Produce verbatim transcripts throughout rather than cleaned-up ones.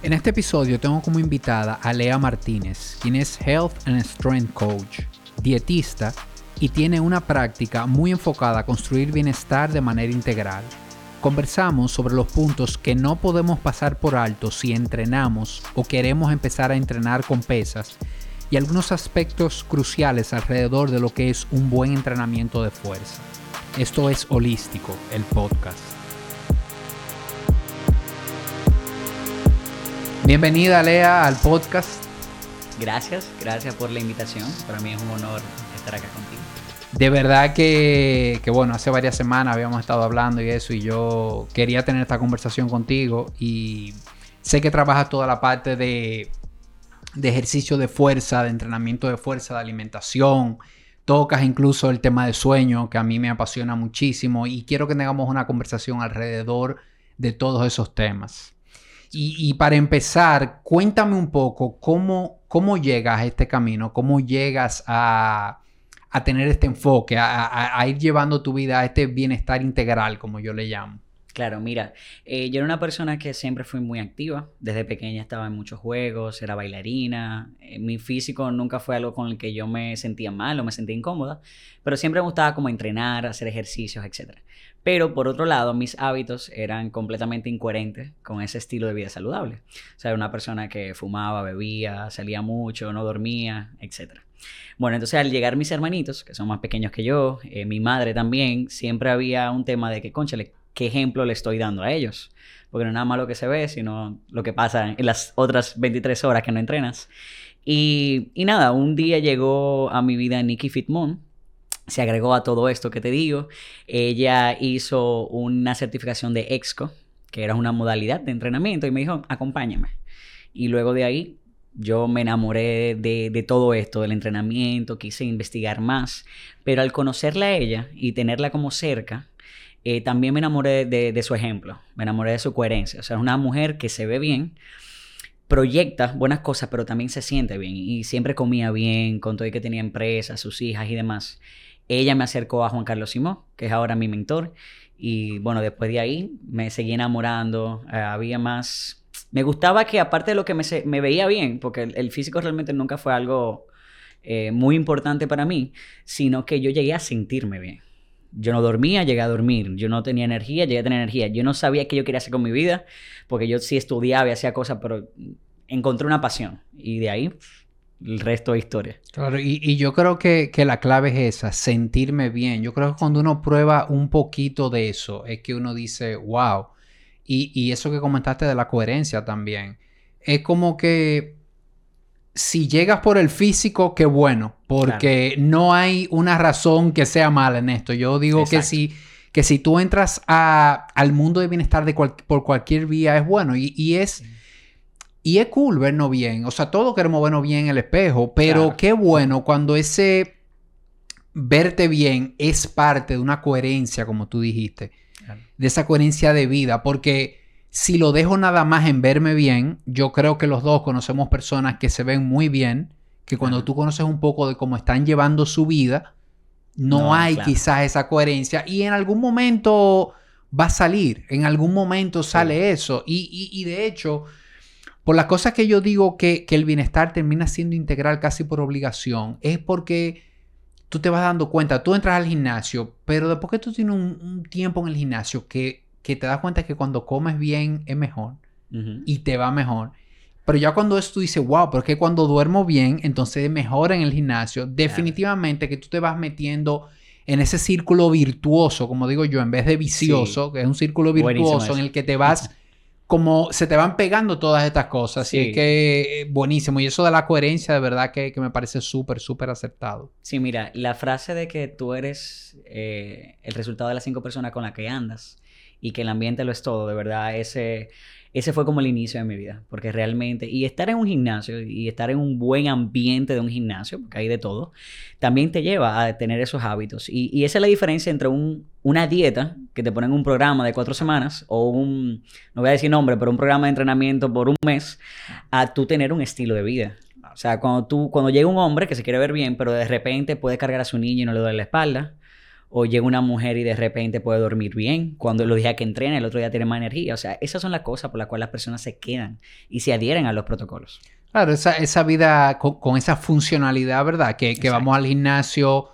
En este episodio tengo como invitada a Lea Martínez, quien es Health and Strength Coach, dietista y tiene una práctica muy enfocada a construir bienestar de manera integral. Conversamos sobre los puntos que no podemos pasar por alto si entrenamos o queremos empezar a entrenar con pesas y algunos aspectos cruciales alrededor de lo que es un buen entrenamiento de fuerza. Esto es Holístico, el podcast. Bienvenida, Lea, al podcast. Gracias, gracias por la invitación. Para mí es un honor estar acá contigo. De verdad que, que, bueno, hace varias semanas habíamos estado hablando y eso, y yo quería tener esta conversación contigo. Y sé que trabajas toda la parte de, de ejercicio de fuerza, de entrenamiento de fuerza, de alimentación. Tocas incluso el tema de sueño, que a mí me apasiona muchísimo. Y quiero que tengamos una conversación alrededor de todos esos temas. Y, y para empezar, cuéntame un poco cómo, cómo llegas a este camino, cómo llegas a, a tener este enfoque, a, a, a ir llevando tu vida a este bienestar integral, como yo le llamo. Claro, mira, eh, yo era una persona que siempre fui muy activa. Desde pequeña estaba en muchos juegos, era bailarina. Eh, mi físico nunca fue algo con el que yo me sentía mal o me sentía incómoda, pero siempre me gustaba como entrenar, hacer ejercicios, etcétera. Pero por otro lado, mis hábitos eran completamente incoherentes con ese estilo de vida saludable. O sea, era una persona que fumaba, bebía, salía mucho, no dormía, etcétera. Bueno, entonces al llegar mis hermanitos, que son más pequeños que yo, eh, mi madre también, siempre había un tema de que, cónchale, ¿qué ejemplo le estoy dando a ellos? Porque no es nada más lo que se ve, sino lo que pasa en las otras veintitrés horas que no entrenas. Y, y nada, un día llegó a mi vida Nikki Fitmon. Se agregó a todo esto que te digo. Ella hizo una certificación de EXCO, que era una modalidad de entrenamiento, y me dijo, acompáñame. Y luego de ahí, yo me enamoré de, de todo esto, del entrenamiento, quise investigar más. Pero al conocerla a ella y tenerla como cerca, eh, también me enamoré de, de su ejemplo. Me enamoré de su coherencia. O sea, es una mujer que se ve bien, proyecta buenas cosas, pero también se siente bien. Y siempre comía bien, con todo y que tenía empresas, sus hijas y demás. Ella me acercó a Juan Carlos Simón, que es ahora mi mentor. Y bueno, después de ahí me seguí enamorando. Eh, había más... Me gustaba que aparte de lo que me, se... me veía bien, porque el, el físico realmente nunca fue algo eh, muy importante para mí, sino que yo llegué a sentirme bien. Yo no dormía, llegué a dormir. Yo no tenía energía, llegué a tener energía. Yo no sabía qué yo quería hacer con mi vida, porque yo sí estudiaba y hacía cosas, pero encontré una pasión. Y de ahí... el resto es historia. Claro, y, y yo creo que, que la clave es esa, sentirme bien. Yo creo que cuando uno prueba un poquito de eso, es que uno dice, wow. Y, y eso que comentaste de la coherencia también. Es como que si llegas por el físico, qué bueno. Porque claro, no hay una razón que sea mala en esto. Yo digo que si, que si tú entras a, al mundo de bienestar de cual, por cualquier vía, es bueno. Y, y es... Sí. Y es cool vernos bien. O sea, todos queremos vernos bien en el espejo. Pero claro, qué bueno cuando ese verte bien es parte de una coherencia, como tú dijiste. Claro. De esa coherencia de vida. Porque si lo dejo nada más en verme bien, yo creo que los dos conocemos personas que se ven muy bien. Que cuando claro, tú conoces un poco de cómo están llevando su vida, no, no hay claro, quizás esa coherencia. Y en algún momento va a salir. En algún momento sale sí, eso. Y, y, y de hecho... por las cosas que yo digo que, que el bienestar termina siendo integral casi por obligación, es porque tú te vas dando cuenta, tú entras al gimnasio, pero después que tú tienes un, un tiempo en el gimnasio que, que te das cuenta que cuando comes bien es mejor uh-huh, y te va mejor. Pero ya cuando eso tú dices, wow, pero es que cuando duermo bien, entonces mejora en el gimnasio. Definitivamente que tú te vas metiendo en ese círculo virtuoso, como digo yo, en vez de vicioso, sí, que es un círculo virtuoso en el que te vas... como se te van pegando todas estas cosas. Sí. Así es que eh, buenísimo. Y eso de la coherencia, de verdad que, que me parece súper, súper acertado. Sí, mira, la frase de que tú eres eh, el resultado de las cinco personas con las que andas y que el ambiente lo es todo, de verdad, ese... ese fue como el inicio de mi vida, porque realmente, y estar en un gimnasio y estar en un buen ambiente de un gimnasio, porque hay de todo, también te lleva a tener esos hábitos. Y, y esa es la diferencia entre un, una dieta, que te ponen un programa de cuatro semanas, o un, no voy a decir nombre, pero un programa de entrenamiento por un mes, a tú tener un estilo de vida. O sea, cuando tú, cuando llega un hombre que se quiere ver bien, pero de repente puede cargar a su niño y no le duele la espalda, O llega una mujer y de repente puede dormir bien. Cuando los días que entrena, el otro día tiene más energía. O sea, esas son las cosas por las cuales las personas se quedan y se adhieren a los protocolos. Claro, esa, esa vida con, con esa funcionalidad, ¿verdad? Que, que vamos al gimnasio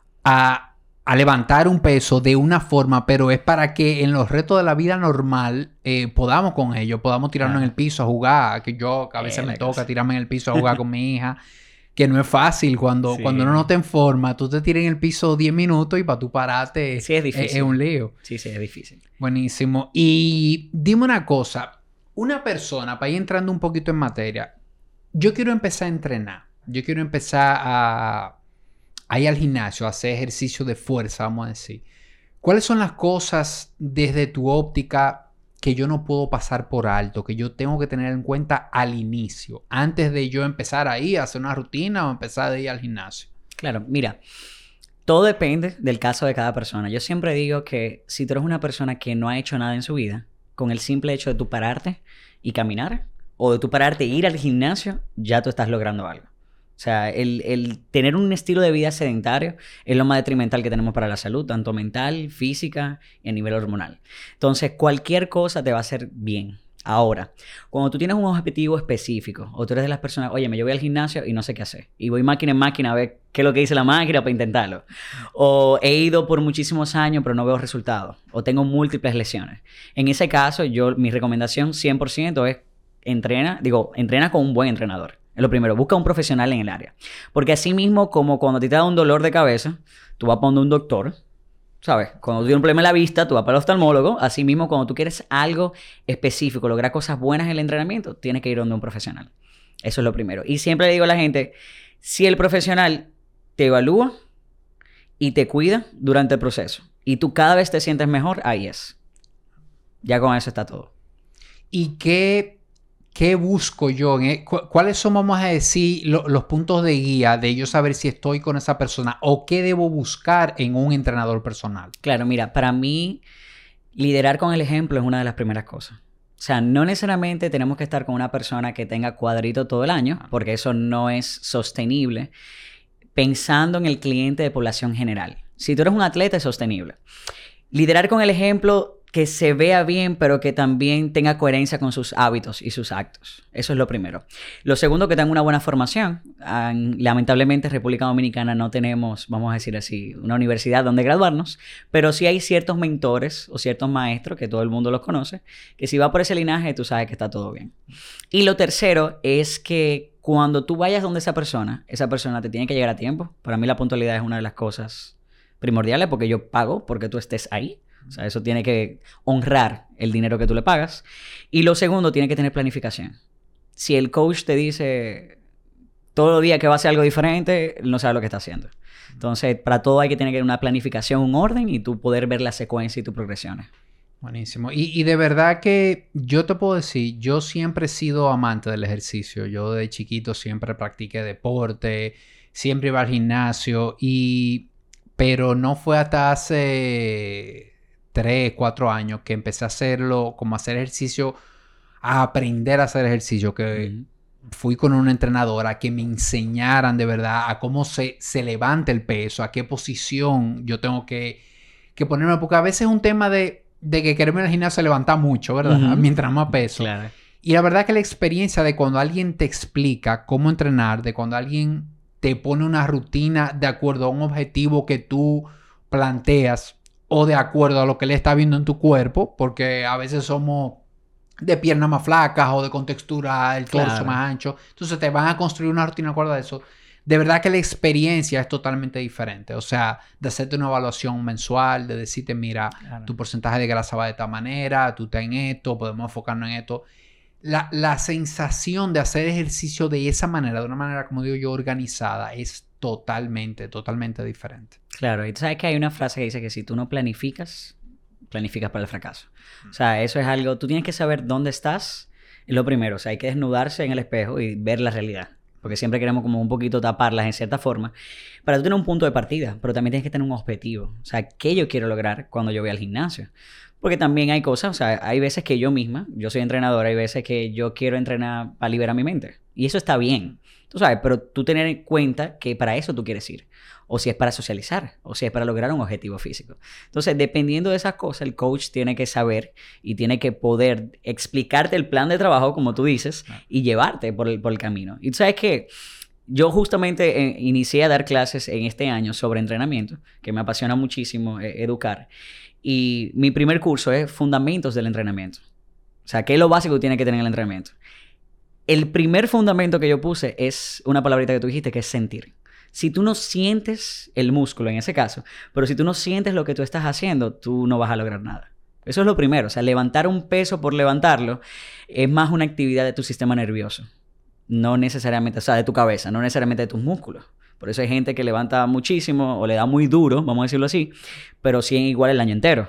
a, a levantar un peso de una forma, pero es para que en los retos de la vida normal eh, podamos con ello, podamos tirarnos ah. en el piso a jugar. Que yo que a veces eh, me toca cosa. tirarme en el piso a jugar con mi hija. Que no es fácil cuando, sí. cuando uno no te informa, tú te tiras en el piso diez minutos y para tú pararte sí, es, difícil. Es, es un lío. Sí, sí, es difícil. Buenísimo. Y dime una cosa, una persona, para ir entrando un poquito en materia, yo quiero empezar a entrenar, yo quiero empezar a, a ir al gimnasio, a hacer ejercicio de fuerza, vamos a decir. ¿Cuáles son las cosas desde tu óptica que yo no puedo pasar por alto, que yo tengo que tener en cuenta al inicio, antes de yo empezar ahí a hacer una rutina o empezar a ir al gimnasio? Claro, mira, todo depende del caso de cada persona. Yo siempre digo que si tú eres una persona que no ha hecho nada en su vida, con el simple hecho de tú pararte y caminar, o de tú pararte e ir al gimnasio, ya tú estás logrando algo. O sea, el, el tener un estilo de vida sedentario es lo más detrimental que tenemos para la salud, tanto mental, física y a nivel hormonal. Entonces, cualquier cosa te va a hacer bien. Ahora, cuando tú tienes un objetivo específico, o tú eres de las personas, oye, me yo voy al gimnasio y no sé qué hacer, y voy máquina en máquina a ver qué es lo que dice la máquina para intentarlo, o he ido por muchísimos años pero no veo resultados, o tengo múltiples lesiones. En ese caso, yo mi recomendación cien por ciento es entrena, digo, entrena con un buen entrenador. Es lo primero, busca un profesional en el área. Porque así mismo como cuando te da un dolor de cabeza, tú vas a poner un doctor, ¿sabes? Cuando tú tienes un problema en la vista, tú vas para el oftalmólogo. Así mismo, cuando tú quieres algo específico, lograr cosas buenas en el entrenamiento, tienes que ir donde un profesional. Eso es lo primero. Y siempre le digo a la gente, si el profesional te evalúa y te cuida durante el proceso, y tú cada vez te sientes mejor, ahí es. Ya con eso está todo. ¿Y qué... ¿Qué busco yo? ¿Cuáles son, vamos a decir, lo, los puntos de guía de yo saber si estoy con esa persona? ¿O qué debo buscar en un entrenador personal? Claro, mira, para mí, liderar con el ejemplo es una de las primeras cosas. O sea, no necesariamente tenemos que estar con una persona que tenga cuadrito todo el año, porque eso no es sostenible, pensando en el cliente de población general. Si tú eres un atleta, es sostenible. Liderar con el ejemplo... que se vea bien, pero que también tenga coherencia con sus hábitos y sus actos. Eso es lo primero. Lo segundo, que tenga una buena formación. Lamentablemente, en República Dominicana no tenemos, vamos a decir así, una universidad donde graduarnos, pero sí hay ciertos mentores o ciertos maestros, que todo el mundo los conoce, que si va por ese linaje, tú sabes que está todo bien. Y lo tercero es que cuando tú vayas donde esa persona, esa persona te tiene que llegar a tiempo. Para mí la puntualidad es una de las cosas primordiales, porque yo pago porque tú estés ahí. O sea, eso tiene que honrar el dinero que tú le pagas. Y lo segundo, tiene que tener planificación. Si el coach te dice todos los días que va a hacer algo diferente, él no sabe lo que está haciendo. Entonces, para todo hay que tener una planificación, un orden y tú poder ver la secuencia y tus progresiones. Buenísimo. Y, y de verdad que yo te puedo decir, yo siempre he sido amante del ejercicio. Yo de chiquito siempre practiqué deporte, siempre iba al gimnasio, y... pero no fue hasta hace... tres, cuatro años que empecé a hacerlo, como a hacer ejercicio, a aprender a hacer ejercicio, que uh-huh. fui con una entrenadora que me enseñaran de verdad a cómo se, se levanta el peso, a qué posición yo tengo que, que ponerme, porque a veces es un tema de, de que quererme en el gimnasio levanta mucho, ¿verdad? Uh-huh. Mientras más peso. Claro. Y la verdad que la experiencia de cuando alguien te explica cómo entrenar, de cuando alguien te pone una rutina de acuerdo a un objetivo que tú planteas, o de acuerdo a lo que le está viendo en tu cuerpo, porque a veces somos de piernas más flacas o de contextura, el torso claro. más ancho. Entonces te van a construir una rutina de acuerdo a eso. De verdad que la experiencia es totalmente diferente. O sea, de hacerte una evaluación mensual, de decirte, mira, claro. tu porcentaje de grasa va de esta manera, tú estás en esto, podemos enfocarnos en esto. La, la sensación de hacer ejercicio de esa manera, de una manera, como digo yo, organizada, es totalmente, totalmente diferente. Claro, y tú sabes que hay una frase que dice que si tú no planificas, planificas para el fracaso. O sea, eso es algo, tú tienes que saber dónde estás, es lo primero. O sea, hay que desnudarse en el espejo y ver la realidad. Porque siempre queremos como un poquito taparlas en cierta forma. Para tú tener un punto de partida, pero también tienes que tener un objetivo. O sea, ¿qué yo quiero lograr cuando yo voy al gimnasio? Porque también hay cosas, o sea, hay veces que yo misma, yo soy entrenadora, hay veces que yo quiero entrenar para liberar mi mente. Y eso está bien, tú sabes, pero tú tener en cuenta que para eso tú quieres ir. O si es para socializar, o si es para lograr un objetivo físico. Entonces, dependiendo de esas cosas, el coach tiene que saber y tiene que poder explicarte el plan de trabajo, como tú dices, y llevarte por el, por el camino. Y tú sabes que yo justamente eh, inicié a dar clases en este año sobre entrenamiento, que me apasiona muchísimo eh, educar. Y mi primer curso es Fundamentos del Entrenamiento. O sea, ¿qué es lo básico que tiene que tener el entrenamiento? El primer fundamento que yo puse es una palabrita que tú dijiste, que es sentir. Si tú no sientes el músculo en ese caso, pero si tú no sientes lo que tú estás haciendo, tú no vas a lograr nada. Eso es lo primero. O sea, levantar un peso por levantarlo es más una actividad de tu sistema nervioso. No necesariamente, o sea, de tu cabeza, no necesariamente de tus músculos. Por eso hay gente que levanta muchísimo o le da muy duro, vamos a decirlo así, pero sí igual el año entero.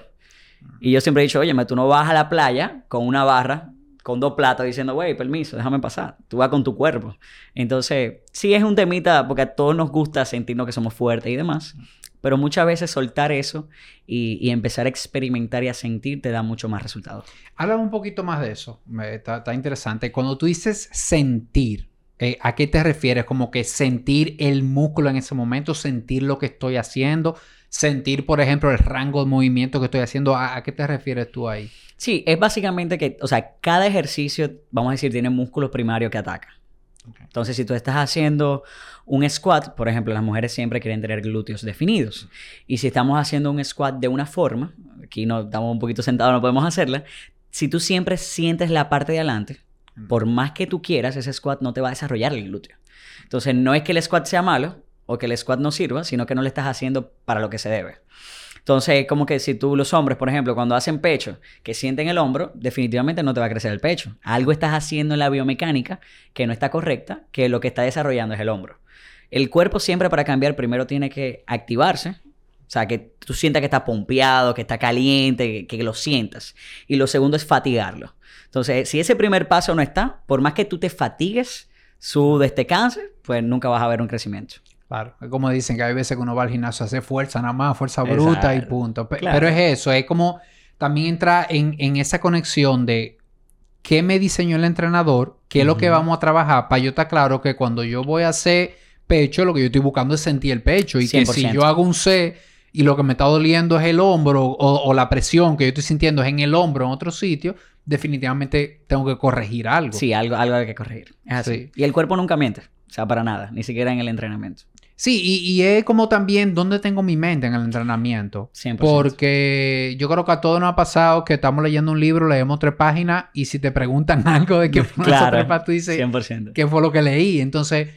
Y yo siempre he dicho, oye, tú no vas a la playa con una barra, con dos platos diciendo, güey, permiso, déjame pasar. Tú vas con tu cuerpo. Entonces, sí es un temita porque a todos nos gusta sentirnos que somos fuertes y demás. Pero muchas veces soltar eso y, y empezar a experimentar y a sentir te da mucho más resultados. Háblame un poquito más de eso. Me, está, está interesante. Cuando tú dices sentir, eh, ¿a qué te refieres? Como que sentir el músculo en ese momento, sentir lo que estoy haciendo, sentir, por ejemplo, el rango de movimiento que estoy haciendo. ¿A, a qué te refieres tú ahí? Sí, es básicamente que, o sea, cada ejercicio, vamos a decir, tiene músculos primarios que atacan. Okay. Entonces, si tú estás haciendo un squat, por ejemplo, las mujeres siempre quieren tener glúteos definidos. Uh-huh. Y si estamos haciendo un squat de una forma, aquí no estamos un poquito sentados, no podemos hacerla. Si tú siempre sientes la parte de adelante, uh-huh. por más que tú quieras, ese squat no te va a desarrollar el glúteo. Entonces, no es que el squat sea malo o que el squat no sirva, sino que no le estás haciendo para lo que se debe. Entonces, como que si tú, los hombres, por ejemplo, cuando hacen pecho, que sienten el hombro, definitivamente no te va a crecer el pecho. Algo estás haciendo en la biomecánica que no está correcta, que lo que está desarrollando es el hombro. El cuerpo siempre para cambiar primero tiene que activarse. O sea, que tú sientas que está pompeado, que está caliente, que, que lo sientas. Y lo segundo es fatigarlo. Entonces, si ese primer paso no está, por más que tú te fatigues, su descanse, pues nunca vas a ver un crecimiento. Claro, es como dicen que hay veces que uno va al gimnasio a hacer fuerza nada más, fuerza bruta. Exacto. Y punto. P- claro. Pero es eso, es como también entra en, en esa conexión de qué me diseñó el entrenador, qué es uh-huh. lo que vamos a trabajar, para yo estar claro que cuando yo voy a hacer pecho, lo que yo estoy buscando es sentir el pecho. Y cien por ciento. Que si yo hago un C y lo que me está doliendo es el hombro o, o la presión que yo estoy sintiendo es en el hombro en otro sitio, definitivamente tengo que corregir algo. Sí, algo, algo hay que corregir. Es así. Sí. Y el cuerpo nunca miente. O sea, para nada. Ni siquiera en el entrenamiento. Sí, y, y es como también dónde tengo mi mente en el entrenamiento. cien por ciento. Porque yo creo que a todos nos ha pasado que estamos leyendo un libro, leemos tres páginas y si te preguntan algo de qué fue claro, esas tres páginas, tú dices, cien por ciento. ¿Qué fue lo que leí? Entonces,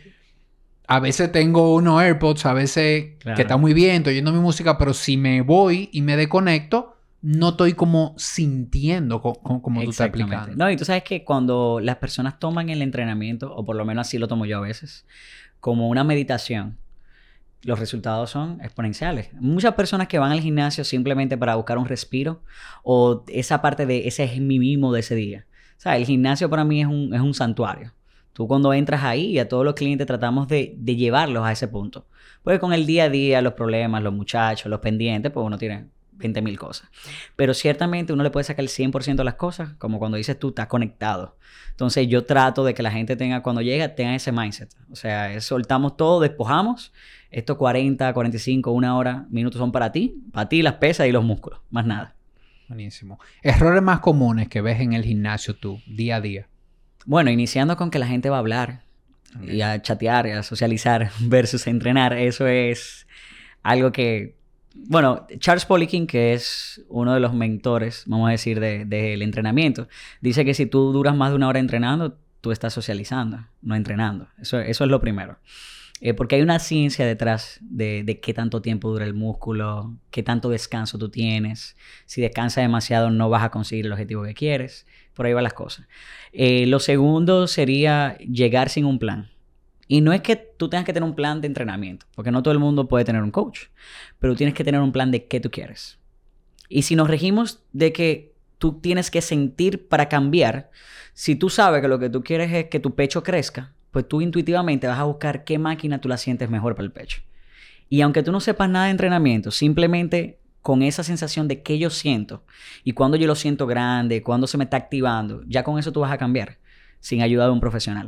a veces tengo unos AirPods, a veces claro. que está muy bien, estoy oyendo mi música, pero si me voy y me desconecto, no estoy como sintiendo co- co- como tú estás explicando. No, y tú sabes que cuando las personas toman el entrenamiento, o por lo menos así lo tomo yo a veces, como una meditación, los resultados son exponenciales. Muchas personas que van al gimnasio simplemente para buscar un respiro o esa parte de ese es mi mimo de ese día. O sea, el gimnasio para mí es un, es un santuario. Tú cuando entras ahí, a todos los clientes tratamos de, de llevarlos a ese punto. Porque con el día a día, los problemas, los muchachos, los pendientes, pues uno tiene veinte mil cosas. Pero ciertamente uno le puede sacar el cien por ciento de las cosas, como cuando dices tú, estás conectado. Entonces yo trato de que la gente tenga, cuando llega, tenga ese mindset. O sea, es, soltamos todo, despojamos. Estos cuarenta, cuarenta y cinco, una hora, minutos son para ti. Para ti las pesas y los músculos. Más nada. Buenísimo. Errores más comunes que ves en el gimnasio tú, día a día. Bueno, iniciando con que la gente va a hablar. Okay. Y a chatear, y a socializar versus a entrenar. Eso es algo que... Bueno, Charles Poliquin, que es uno de los mentores, vamos a decir, del de, de entrenamiento, dice que si tú duras más de una hora entrenando, tú estás socializando, no entrenando. Eso, eso es lo primero. Eh, porque hay una ciencia detrás de, de qué tanto tiempo dura el músculo, qué tanto descanso tú tienes. Si descansas demasiado, no vas a conseguir el objetivo que quieres. Por ahí van las cosas. Eh, lo segundo sería llegar sin un plan. Y no es que tú tengas que tener un plan de entrenamiento, porque no todo el mundo puede tener un coach, pero tienes que tener un plan de qué tú quieres. Y si nos regimos de que tú tienes que sentir para cambiar, si tú sabes que lo que tú quieres es que tu pecho crezca, pues tú intuitivamente vas a buscar qué máquina tú la sientes mejor para el pecho. Y aunque tú no sepas nada de entrenamiento, simplemente con esa sensación de qué yo siento y cuando yo lo siento grande, cuando se me está activando, ya con eso tú vas a cambiar sin ayuda de un profesional.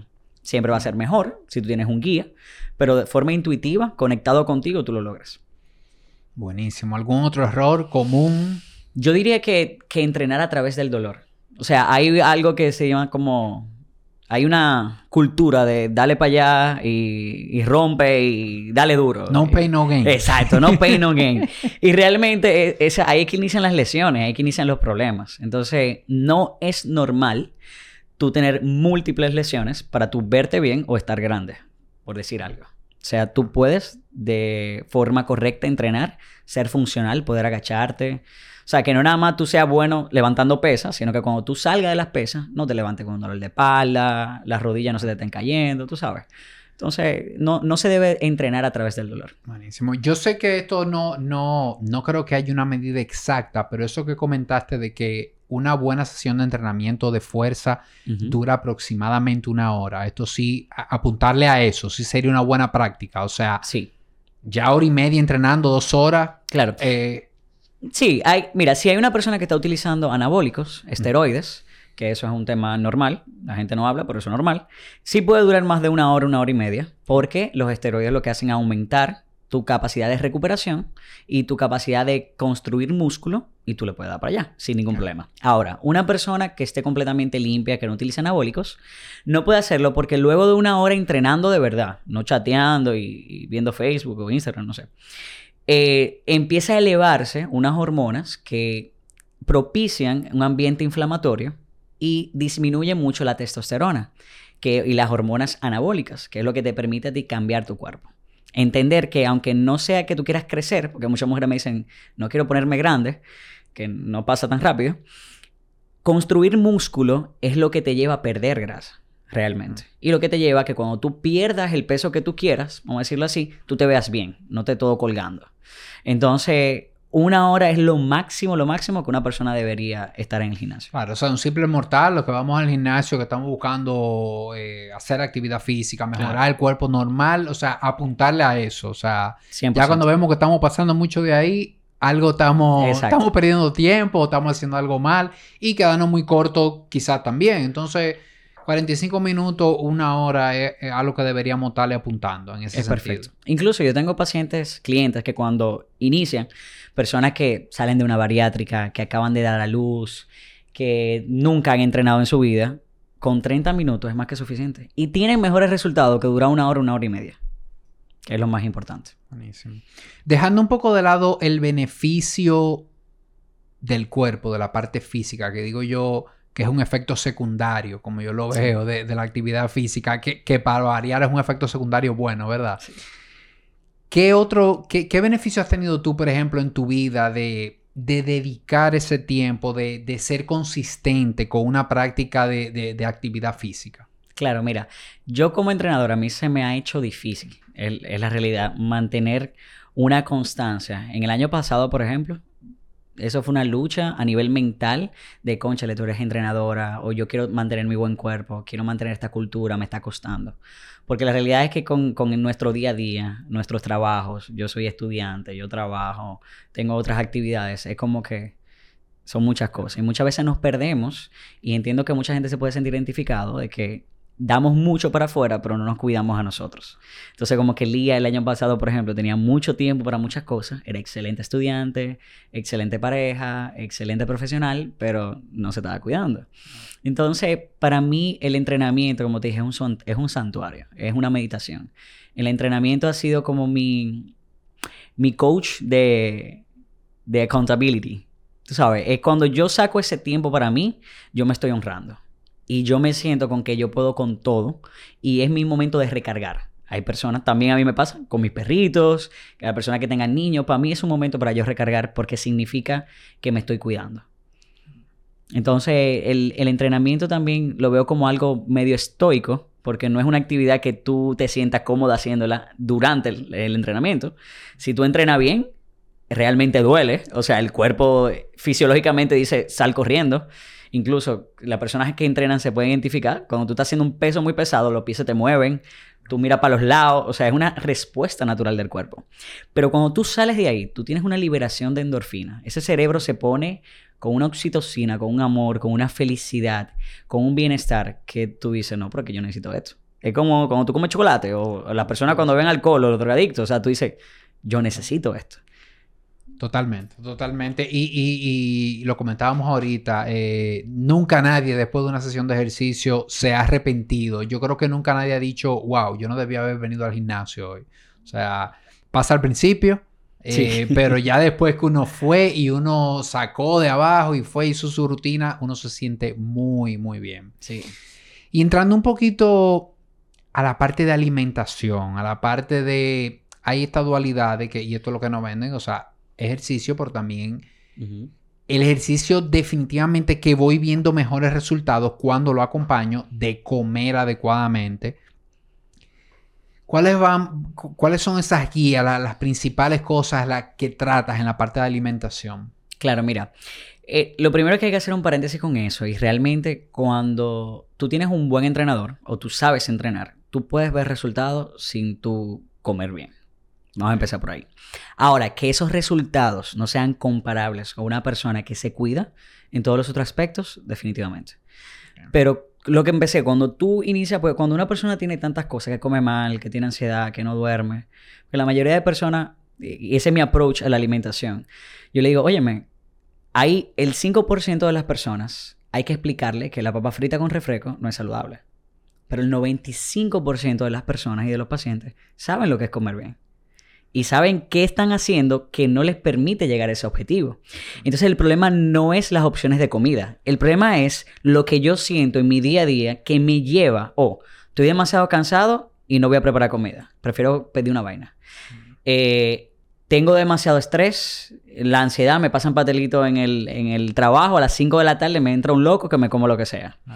Siempre va a ser mejor si tú tienes un guía, pero de forma intuitiva, conectado contigo, tú lo logras. Buenísimo. ¿Algún otro error común? Yo diría que, que entrenar a través del dolor. O sea, hay algo que se llama como... Hay una cultura de dale para allá y, y rompe y dale duro. No pain, no gain. Exacto, no pain, no gain. Y realmente es, es, ahí es que inician las lesiones, ahí es que inician los problemas. Entonces, no es normal tú tener múltiples lesiones para tú verte bien o estar grande, por decir algo. O sea, tú puedes de forma correcta entrenar, ser funcional, poder agacharte. O sea, que no nada más tú seas bueno levantando pesas, sino que cuando tú salgas de las pesas, no te levantes con un dolor de espalda, las rodillas no se te estén cayendo, tú sabes. Entonces, no, no se debe entrenar a través del dolor. Buenísimo. Yo sé que esto no, no, no creo que haya una medida exacta, pero eso que comentaste de que una buena sesión de entrenamiento de fuerza uh-huh. dura aproximadamente una hora. Esto sí, a, apuntarle a eso, sí sería una buena práctica. O sea, sí. ya hora y media entrenando, dos horas. Claro. Eh, Sí, hay, mira, si hay una persona que está utilizando anabólicos, esteroides, mm. que eso es un tema normal, la gente no habla, pero eso es normal, sí puede durar más de una hora, una hora y media, porque los esteroides lo que hacen es aumentar tu capacidad de recuperación y tu capacidad de construir músculo y tú le puedes dar para allá sin ningún problema. Ahora, una persona que esté completamente limpia, que no utilice anabólicos, no puede hacerlo porque luego de una hora entrenando de verdad, no chateando y, y viendo Facebook o Instagram, no sé, Eh, empieza a elevarse unas hormonas que propician un ambiente inflamatorio y disminuye mucho la testosterona que, y las hormonas anabólicas, que es lo que te permite a ti cambiar tu cuerpo. Entender que aunque no sea que tú quieras crecer, porque muchas mujeres me dicen, no quiero ponerme grande, que no pasa tan rápido, construir músculo es lo que te lleva a perder grasa. Realmente. Y lo que te lleva a que cuando tú pierdas el peso que tú quieras, vamos a decirlo así, tú te veas bien, no te todo colgando. Entonces, una hora es lo máximo, lo máximo que una persona debería estar en el gimnasio. Claro, o sea, un simple mortal, los que vamos al gimnasio, que estamos buscando eh, hacer actividad física, mejorar claro. el cuerpo normal, o sea, apuntarle a eso. O sea, cien por ciento. Ya cuando vemos que estamos pasando mucho de ahí, algo estamos, estamos perdiendo tiempo, estamos haciendo algo mal y quedando muy corto quizás también. Entonces, cuarenta y cinco minutos, una hora es, es algo que deberíamos estarle apuntando en ese es sentido. Perfecto. Incluso yo tengo pacientes, clientes que cuando inician, personas que salen de una bariátrica, que acaban de dar a luz, que nunca han entrenado en su vida, con treinta minutos es más que suficiente. Y tienen mejores resultados que durar una hora, una hora y media. Que es lo más importante. Buenísimo. Dejando un poco de lado el beneficio del cuerpo, de la parte física, que digo yo que es un efecto secundario, como yo lo veo, de, de la actividad física, que, que para variar es un efecto secundario bueno, ¿verdad? Sí. ¿Qué otro, qué, qué beneficio has tenido tú, por ejemplo, en tu vida de, de dedicar ese tiempo, de, de ser consistente con una práctica de, de, de actividad física? Claro, mira, yo como entrenador a mí se me ha hecho difícil, es, es la realidad, mantener una constancia. En el año pasado, por ejemplo, eso fue una lucha a nivel mental de, cónchale, tú eres entrenadora o yo quiero mantener mi buen cuerpo, quiero mantener esta cultura, me está costando. Porque la realidad es que con, con nuestro día a día, nuestros trabajos, yo soy estudiante, yo trabajo, tengo otras actividades, es como que son muchas cosas. Y muchas veces nos perdemos y entiendo que mucha gente se puede sentir identificado de que damos mucho para afuera, pero no nos cuidamos a nosotros. Entonces, como que Lía el año pasado, por ejemplo, tenía mucho tiempo para muchas cosas. Era excelente estudiante, excelente pareja, excelente profesional, pero no se estaba cuidando. Entonces, para mí, el entrenamiento, como te dije, es un, es un santuario, es una meditación. El entrenamiento ha sido como mi, mi coach de, de accountability. Tú sabes, es cuando yo saco ese tiempo para mí, yo me estoy honrando. Y yo me siento con que yo puedo con todo. Y es mi momento de recargar. Hay personas, también a mí me pasa, con mis perritos, que hay personas que tengan niños. Para mí es un momento para yo recargar porque significa que me estoy cuidando. Entonces, el, el entrenamiento también lo veo como algo medio estoico. Porque no es una actividad que tú te sientas cómoda haciéndola durante el, el entrenamiento. Si tú entrenas bien, realmente duele. O sea, el cuerpo fisiológicamente dice, sal corriendo. Incluso las personas que entrenan se pueden identificar. Cuando tú estás haciendo un peso muy pesado, los pies se te mueven, tú miras para los lados. O sea, es una respuesta natural del cuerpo. Pero cuando tú sales de ahí, tú tienes una liberación de endorfina. Ese cerebro se pone con una oxitocina, con un amor, con una felicidad, con un bienestar que tú dices, no, porque yo necesito esto. Es como cuando tú comes chocolate o las personas cuando ven alcohol o los drogadictos. O sea, tú dices, yo necesito esto. Totalmente, totalmente. Y, y, y lo comentábamos ahorita, eh, nunca nadie después de una sesión de ejercicio se ha arrepentido. Yo creo que nunca nadie ha dicho, wow, yo no debía haber venido al gimnasio hoy. O sea, pasa al principio, eh, sí. Pero ya después que uno fue y uno sacó de abajo y fue y hizo su rutina, uno se siente muy, muy bien. Sí. Y entrando un poquito a la parte de alimentación, a la parte de... Hay esta dualidad de que, y esto es lo que nos venden, o sea, ejercicio, pero también uh-huh. el ejercicio definitivamente que voy viendo mejores resultados cuando lo acompaño de comer adecuadamente. ¿Cuáles van, cuáles son esas guías, la, las principales cosas las que tratas en la parte de alimentación? Claro, mira, eh, lo primero es que hay que hacer un paréntesis con eso y realmente cuando tú tienes un buen entrenador o tú sabes entrenar, tú puedes ver resultados sin tú comer bien. Vamos a empezar por ahí. Ahora, que esos resultados no sean comparables con una persona que se cuida en todos los otros aspectos, definitivamente. Okay. Pero lo que empecé, cuando tú inicias, pues cuando una persona tiene tantas cosas, que come mal, que tiene ansiedad, que no duerme, que la mayoría de personas, y ese es mi approach a la alimentación, yo le digo, óyeme, hay el cinco por ciento de las personas, hay que explicarle que la papa frita con refresco no es saludable. Pero el noventa y cinco por ciento de las personas y de los pacientes saben lo que es comer bien. Y saben qué están haciendo que no les permite llegar a ese objetivo. Entonces el problema no es las opciones de comida. El problema es lo que yo siento en mi día a día que me lleva, oh, estoy demasiado cansado y no voy a preparar comida. Prefiero pedir una vaina. Uh-huh. Eh, tengo demasiado estrés, la ansiedad, me pasan patelitos en el, en el trabajo, a las cinco de la tarde me entra un loco que me como lo que sea. Uh-huh.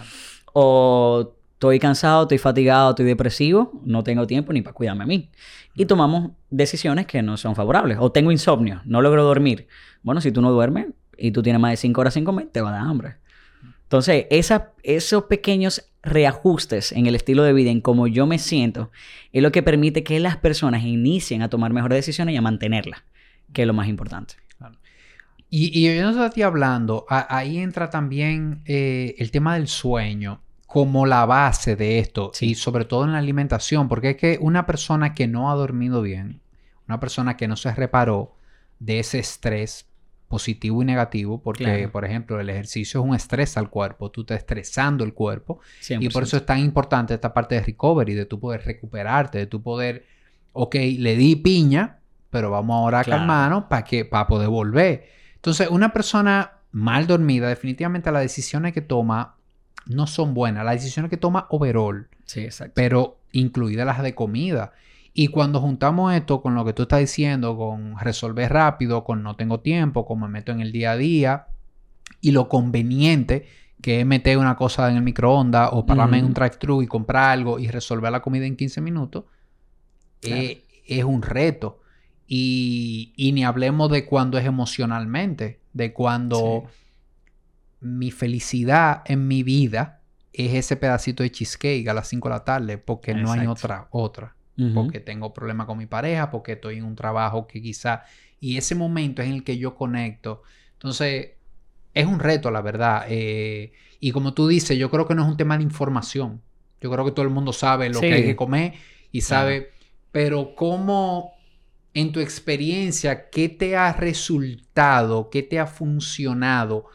O estoy cansado, estoy fatigado, estoy depresivo, no tengo tiempo ni para cuidarme a mí. Y tomamos decisiones que no son favorables. O tengo insomnio, no logro dormir. Bueno, si tú no duermes y tú tienes más de cinco horas sin comer, te va a dar hambre. Entonces, esa, esos pequeños reajustes en el estilo de vida, en cómo yo me siento, es lo que permite que las personas inicien a tomar mejores decisiones y a mantenerlas, que es lo más importante. Claro. Y, y yo no estoy hablando, a, ahí entra también eh, el tema del sueño como la base de esto, sí. Y sobre todo en la alimentación, porque es que una persona que no ha dormido bien, una persona que no se reparó de ese estrés positivo y negativo, porque, claro. Por ejemplo, el ejercicio es un estrés al cuerpo, tú estás estresando el cuerpo, cien por ciento. Y por eso es tan importante esta parte de recovery, de tú poder recuperarte, de tú poder, ok, le di piña, pero vamos ahora a claro. calmarnos para que, para poder volver. Entonces, una persona mal dormida, definitivamente las decisiones que toma no son buenas. Las decisiones que toma overall. Sí, exacto. Pero incluidas las de comida. Y cuando juntamos esto con lo que tú estás diciendo, con resolver rápido, con no tengo tiempo, con me meto en el día a día, y lo conveniente que es meter una cosa en el microondas o pararme mm. en un drive-thru y comprar algo y resolver la comida en quince minutos, claro. eh, es un reto. Y, y ni hablemos de cuando es emocionalmente, de cuando... Sí. Mi felicidad en mi vida es ese pedacito de cheesecake a las cinco de la tarde porque exacto. No hay otra, otra. Uh-huh. Porque tengo problemas con mi pareja, porque estoy en un trabajo que quizá... Y ese momento es en el que yo conecto. Entonces, es un reto, la verdad. Eh, y como tú dices, yo creo que no es un tema de información. Yo creo que todo el mundo sabe lo sí. que hay que comer y sabe... Claro. Pero cómo... En tu experiencia, ¿qué te ha resultado? ¿Qué te ha funcionado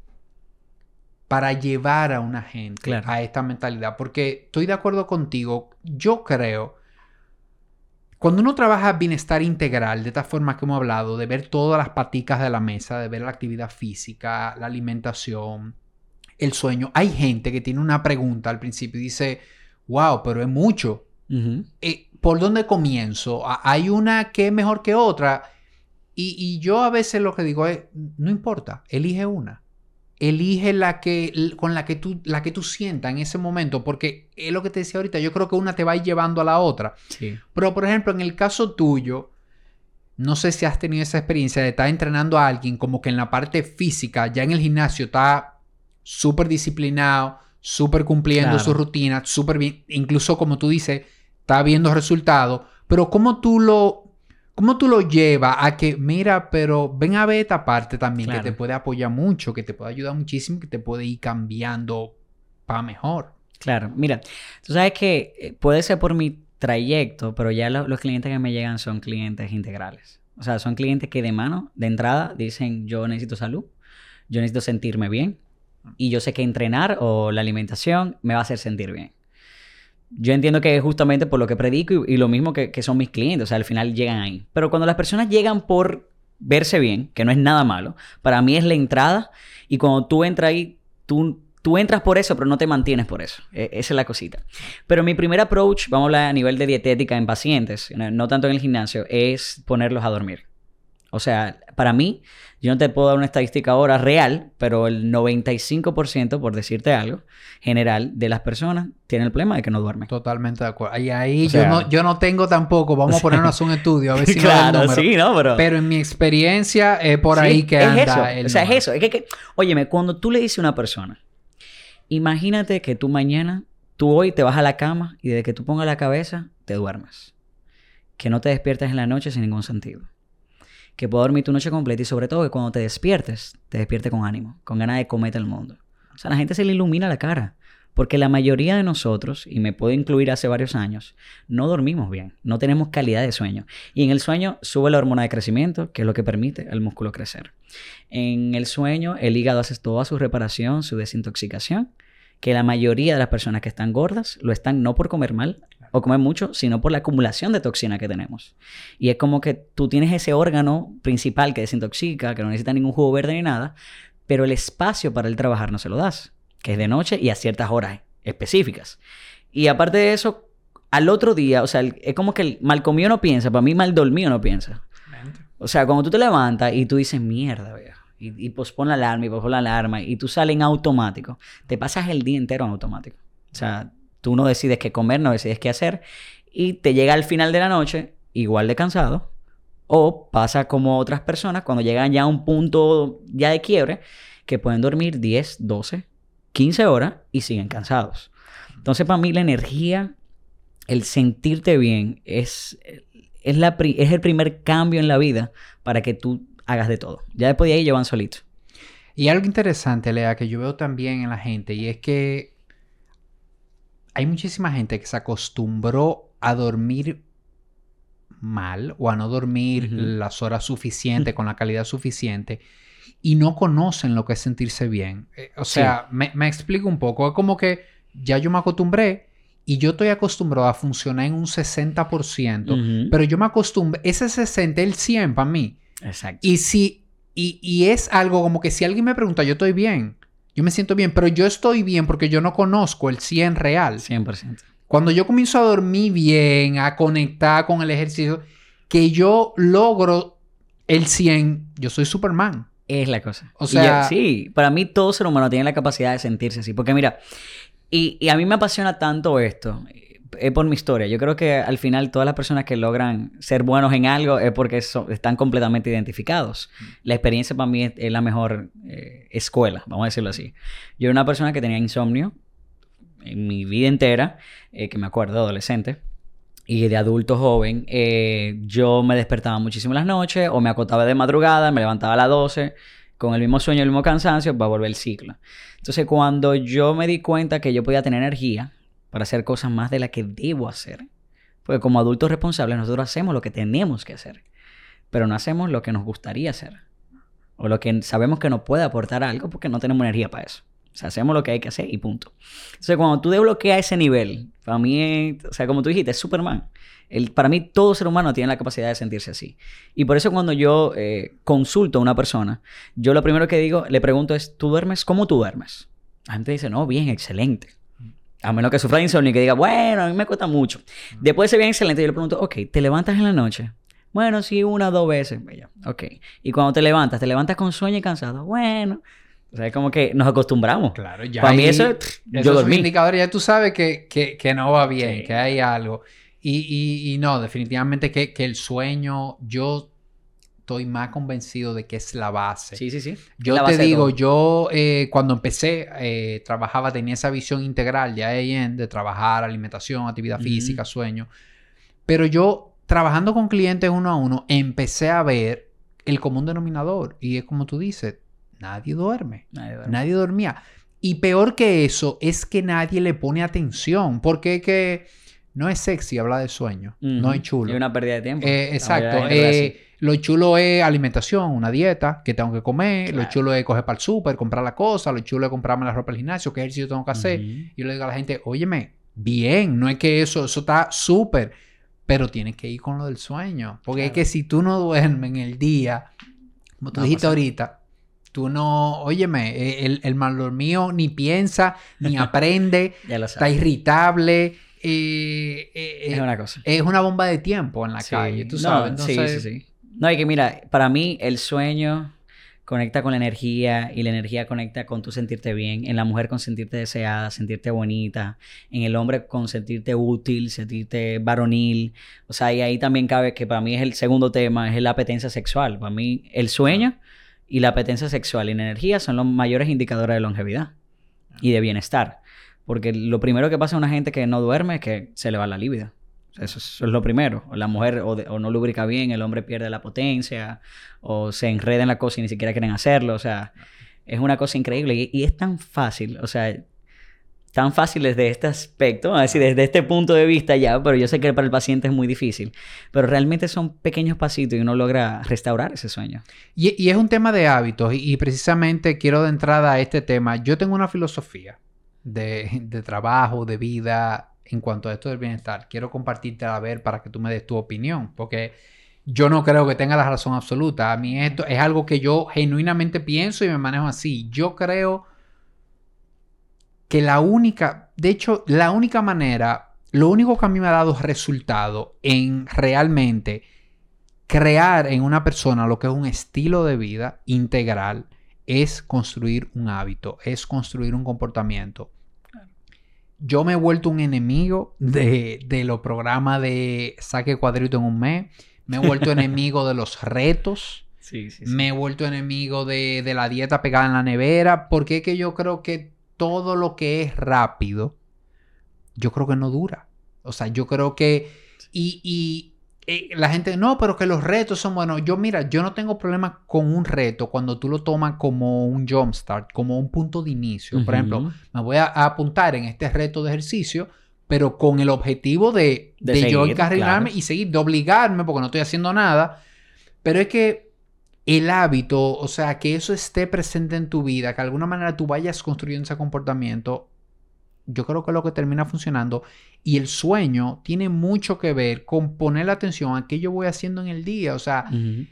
para llevar a una gente claro. a esta mentalidad? Porque estoy de acuerdo contigo. Yo creo, cuando uno trabaja bienestar integral, de esta forma que hemos hablado, de ver todas las paticas de la mesa, de ver la actividad física, la alimentación, el sueño. Hay gente que tiene una pregunta al principio y dice, wow, pero es mucho. Uh-huh. Eh, ¿Por dónde comienzo? ¿Hay una que es mejor que otra? Y, y yo a veces lo que digo es, no importa, elige una. Elige la que, con la que tú, la que tú sientas en ese momento, porque es lo que te decía ahorita, yo creo que una te va a ir llevando a la otra. Sí. Pero, por ejemplo, en el caso tuyo, no sé si has tenido esa experiencia de estar entrenando a alguien como que en la parte física, ya en el gimnasio está súper disciplinado, súper cumpliendo claro. su rutina, súper bien, incluso como tú dices, está viendo resultados, pero ¿cómo tú lo... ¿Cómo tú lo llevas a que, mira, pero ven a ver esta parte también claro. que te puede apoyar mucho, que te puede ayudar muchísimo, que te puede ir cambiando para mejor? Claro, mira, tú sabes que eh, puede ser por mi trayecto, pero ya lo- los clientes que me llegan son clientes integrales. O sea, son clientes que de mano, de entrada, dicen yo necesito salud, yo necesito sentirme bien y yo sé que entrenar o la alimentación me va a hacer sentir bien. Yo entiendo que es justamente por lo que predico y, y lo mismo que, que son mis clientes, o sea, al final llegan ahí. Pero cuando las personas llegan por verse bien, que no es nada malo, para mí es la entrada y cuando tú entras ahí, tú... Tú entras por eso, pero no te mantienes por eso. E- esa es la cosita. Pero mi primer approach, vamos a hablar a nivel de dietética en pacientes, no, no tanto en el gimnasio, es ponerlos a dormir. O sea, para mí, yo no te puedo dar una estadística ahora real, pero el noventa y cinco por ciento, por decirte algo, general, de las personas tienen el problema de que no duermen. Totalmente de acuerdo. Y ahí O sea, yo, no, yo no tengo tampoco. Vamos a ponernos un estudio a ver si nos da el claro, número. sí, ¿no? Pero, Pero en mi experiencia es por sí, ahí que es anda eso. el O sea, número. es eso. Es que, que, óyeme, cuando tú le dices a una persona, imagínate que tú mañana, tú hoy te vas a la cama y desde que tú pongas la cabeza, te duermes. Que no te despiertes en la noche sin ningún sentido. Que puedas dormir tu noche completa y sobre todo que cuando te despiertes, te despiertes con ánimo, con ganas de comerte el mundo. O sea, a la gente se le ilumina la cara. Porque la mayoría de nosotros, y me puedo incluir hace varios años, no dormimos bien, no tenemos calidad de sueño. Y en el sueño sube la hormona de crecimiento, que es lo que permite al músculo crecer. En el sueño, el hígado hace toda su reparación, su desintoxicación, que la mayoría de las personas que están gordas lo están no por comer mal o comer mucho, sino por la acumulación de toxina que tenemos. Y es como que tú tienes ese órgano principal que desintoxica, que no necesita ningún jugo verde ni nada, pero el espacio para el trabajar no se lo das, que es de noche y a ciertas horas específicas. Y aparte de eso, al otro día, o sea, es como que el mal comido no piensa, para mí mal dormido no piensa. O sea, cuando tú te levantas y tú dices, mierda, viejo, y, y pospon la alarma y pospon la alarma y tú sales en automático, te pasas el día entero en automático. O sea, tú no decides qué comer, no decides qué hacer y te llega al final de la noche igual de cansado o pasa como otras personas cuando llegan ya a un punto ya de quiebre que pueden dormir diez, doce, quince horas y siguen cansados. Entonces, para mí la energía, el sentirte bien es, es, la, es el primer cambio en la vida para que tú hagas de todo. Ya después de ahí llevan solito. Y algo interesante, Lea, que yo veo también en la gente, y es que hay muchísima gente que se acostumbró a dormir mal o a no dormir uh-huh. las horas suficientes, con la calidad suficiente, y no conocen lo que es sentirse bien. Eh, o sea, sí. me, me explico un poco. Es como que ya yo me acostumbré y yo estoy acostumbrado a funcionar en un sesenta por ciento, uh-huh. pero yo me acostumbré, ese sesenta es el cien para mí. Exacto. Y si, y, y es algo como que si alguien me pregunta, yo estoy bien, yo me siento bien, pero yo estoy bien porque yo no conozco el cien real. cien por ciento. Cuando yo comienzo a dormir bien, a conectar con el ejercicio, que yo logro el cien, yo soy Superman. Es la cosa. O sea... Yo, sí, para mí todo ser humano tiene la capacidad de sentirse así. Porque mira, y, y a mí me apasiona tanto esto, es por mi historia. Yo creo que al final todas las personas que logran ser buenos en algo es porque so, están completamente identificados. La experiencia para mí es, es la mejor eh, escuela, vamos a decirlo así. Yo era una persona que tenía insomnio en mi vida entera, eh, que me acuerdo de adolescente. Y de adulto joven, eh, yo me despertaba muchísimo en las noches o me acostaba de madrugada, me levantaba a las doce con el mismo sueño, el mismo cansancio para volver el ciclo. Entonces, cuando yo me di cuenta que yo podía tener energía para hacer cosas más de las que debo hacer, porque como adultos responsables nosotros hacemos lo que tenemos que hacer, pero no hacemos lo que nos gustaría hacer o lo que sabemos que nos puede aportar algo porque no tenemos energía para eso. O sea, hacemos lo que hay que hacer y punto. Entonces, cuando tú desbloqueas ese nivel, para mí, es, o sea, como tú dijiste, es Superman. El, para mí, todo ser humano tiene la capacidad de sentirse así. Y por eso cuando yo eh, consulto a una persona, yo lo primero que digo, le pregunto es, ¿tú duermes? ¿Cómo tú duermes? La gente dice, no, bien, excelente. A menos que sufra de insomnio y que diga, bueno, a mí me cuesta mucho. Después de ser bien excelente, yo le pregunto, ok, ¿te levantas en la noche? Bueno, sí, una o dos veces. Ok. Y cuando te levantas, ¿te levantas con sueño y cansado? Bueno... O sea, es como que nos acostumbramos. Claro, ya. Para ahí, mí eso es... Pff, eso yo es dormí. un indicador, ya tú sabes que, que, que no va bien, sí. que hay algo. Y, y, y no, definitivamente que, que el sueño, yo estoy más convencido de que es la base. Sí, sí, sí. Yo te digo, yo eh, cuando empecé, eh, trabajaba, tenía esa visión integral de A I N, de trabajar alimentación, actividad uh-huh. física, sueño. Pero yo, trabajando con clientes uno a uno, empecé a ver el común denominador. Y es como tú dices, Nadie duerme. Nadie duerme. Nadie dormía. Y peor que eso es que nadie le pone atención. Porque es que no es sexy hablar de sueño. Uh-huh. No es chulo. Es una pérdida de tiempo. Eh, exacto. Eh, lo chulo es alimentación, una dieta que tengo que comer. Claro. Lo chulo es coger para el súper, comprar la cosa. Lo chulo es comprarme la ropa del gimnasio. ¿Qué ejercicio tengo que hacer? Uh-huh. Y yo le digo a la gente, óyeme, bien. No es que eso, eso está súper. Pero tienes que ir con lo del sueño. Porque claro. es que si tú no duermes en el día, como tú no, dijiste pues, ahorita, tú no, óyeme, el, el mal dormido ni piensa, ni aprende, está irritable. Eh, eh, es una cosa. Es una bomba de tiempo en la sí. calle, tú sabes. No, Entonces... sí, sí, sí. No, hay que mira, para mí el sueño conecta con la energía y la energía conecta con tu sentirte bien. En la mujer con sentirte deseada, sentirte bonita. En el hombre con sentirte útil, sentirte varonil. O sea, y ahí también cabe que para mí es el segundo tema, es la apetencia sexual. Para mí el sueño y la apetencia sexual y la energía son los mayores indicadores de longevidad y de bienestar. Porque lo primero que pasa a una gente que no duerme es que se le va la libido. Eso, eso es lo primero. O la mujer o, de, o no lubrica bien, el hombre pierde la potencia, o se enreda en la cosa y ni siquiera quieren hacerlo. O sea, es una cosa increíble. Y, y es tan fácil, o sea, tan fácil desde este aspecto, vamos a decir, desde este punto de vista ya, pero yo sé que para el paciente es muy difícil. Pero realmente son pequeños pasitos y uno logra restaurar ese sueño. Y, y es un tema de hábitos. Y, y precisamente quiero de entrada a este tema. Yo tengo una filosofía de, de trabajo, de vida, en cuanto a esto del bienestar. Quiero compartirte a ver para que tú me des tu opinión, porque yo no creo que tenga la razón absoluta. A mí esto es algo que yo genuinamente pienso y me manejo así. Yo creo que la única, de hecho, la única manera, lo único que a mí me ha dado resultado en realmente crear en una persona lo que es un estilo de vida integral es construir un hábito, es construir un comportamiento. Yo me he vuelto un enemigo de, de los programas de saque cuadrito en un mes. Me he vuelto enemigo de los retos. Sí, sí, sí. Me he vuelto enemigo de, de la dieta pegada en la nevera. Porque es que yo creo que todo lo que es rápido, yo creo que no dura. O sea, yo creo que... Y, y eh, la gente, no, pero que los retos son buenos. Yo, mira, yo no tengo problema con un reto cuando tú lo tomas como un jumpstart, como un punto de inicio. Uh-huh. Por ejemplo, me voy a, a apuntar en este reto de ejercicio, pero con el objetivo de, de, de seguir, yo encarrilarme claro. y seguir, de obligarme, porque no estoy haciendo nada. Pero es que el hábito, o sea, que eso esté presente en tu vida, que de alguna manera tú vayas construyendo ese comportamiento, yo creo que es lo que termina funcionando. Y el sueño tiene mucho que ver con poner la atención a qué yo voy haciendo en el día. O sea, uh-huh.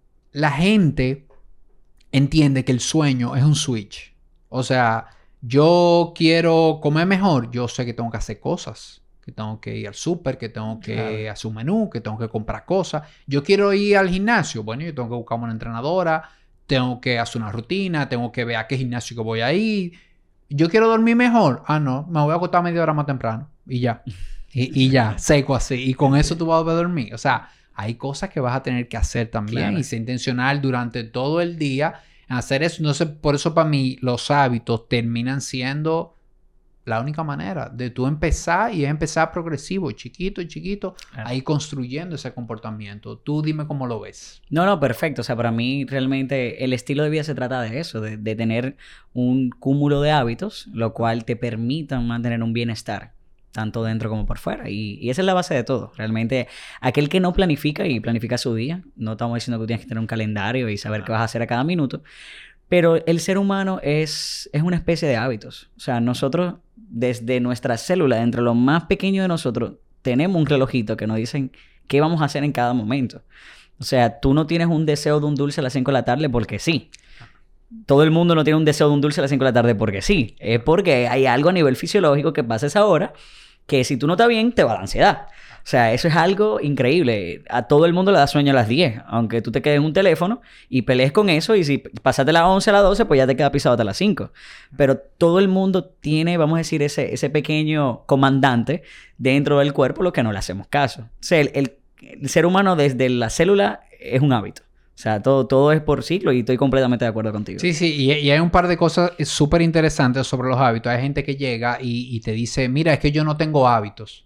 la gente entiende que el sueño es un switch. O sea, yo quiero comer mejor. Yo sé que tengo que hacer cosas. Que tengo que ir al súper, que tengo que claro. hacer un menú, que tengo que comprar cosas. Yo quiero ir al gimnasio. Bueno, yo tengo que buscarme una entrenadora. Tengo que hacer una rutina. Tengo que ver a qué gimnasio que voy a ir. Yo quiero dormir mejor. Ah, no. Me voy a acostar media hora más temprano. Y ya. Y, y ya. Seco así. Y con eso tú vas a poder dormir. O sea, hay cosas que vas a tener que hacer también. Claro. Y ser intencional durante todo el día en hacer eso. Entonces, por eso para mí los hábitos terminan siendo la única manera de tú empezar. Y es empezar progresivo. Chiquito y chiquito. Claro. Ahí construyendo ese comportamiento. Tú dime cómo lo ves. No, no, perfecto. O sea, para mí realmente el estilo de vida se trata de eso. De, de tener un cúmulo de hábitos. Lo cual te permitan mantener un bienestar. Tanto dentro como por fuera. Y, y esa es la base de todo. Realmente, aquel que no planifica y planifica su día, no estamos diciendo que tú tienes que tener un calendario y saber ah. qué vas a hacer a cada minuto, pero el ser humano es, es una especie de hábitos. O sea, nosotros, desde nuestra célula, dentro de lo más pequeño de nosotros, tenemos un relojito que nos dicen qué vamos a hacer en cada momento. O sea, tú no tienes un deseo de un dulce a las cinco de la tarde porque sí. Todo el mundo no tiene un deseo de un dulce a las cinco de la tarde porque sí. Es porque hay algo a nivel fisiológico que pasa a esa hora que si tú no estás bien, te va a dar ansiedad. O sea, eso es algo increíble. A todo el mundo le da sueño a las diez. Aunque tú te quedes en un teléfono y pelees con eso y si pasaste las once a las doce, pues ya te queda pisado hasta las cinco. Pero todo el mundo tiene, vamos a decir, ese, ese pequeño comandante dentro del cuerpo, lo que no le hacemos caso. O sea, el, el, el ser humano desde la célula es un hábito. O sea, todo, todo es por ciclo y estoy completamente de acuerdo contigo. Sí, sí. Y, y hay un par de cosas súper interesantes sobre los hábitos. Hay gente que llega y, y te dice, mira, es que yo no tengo hábitos.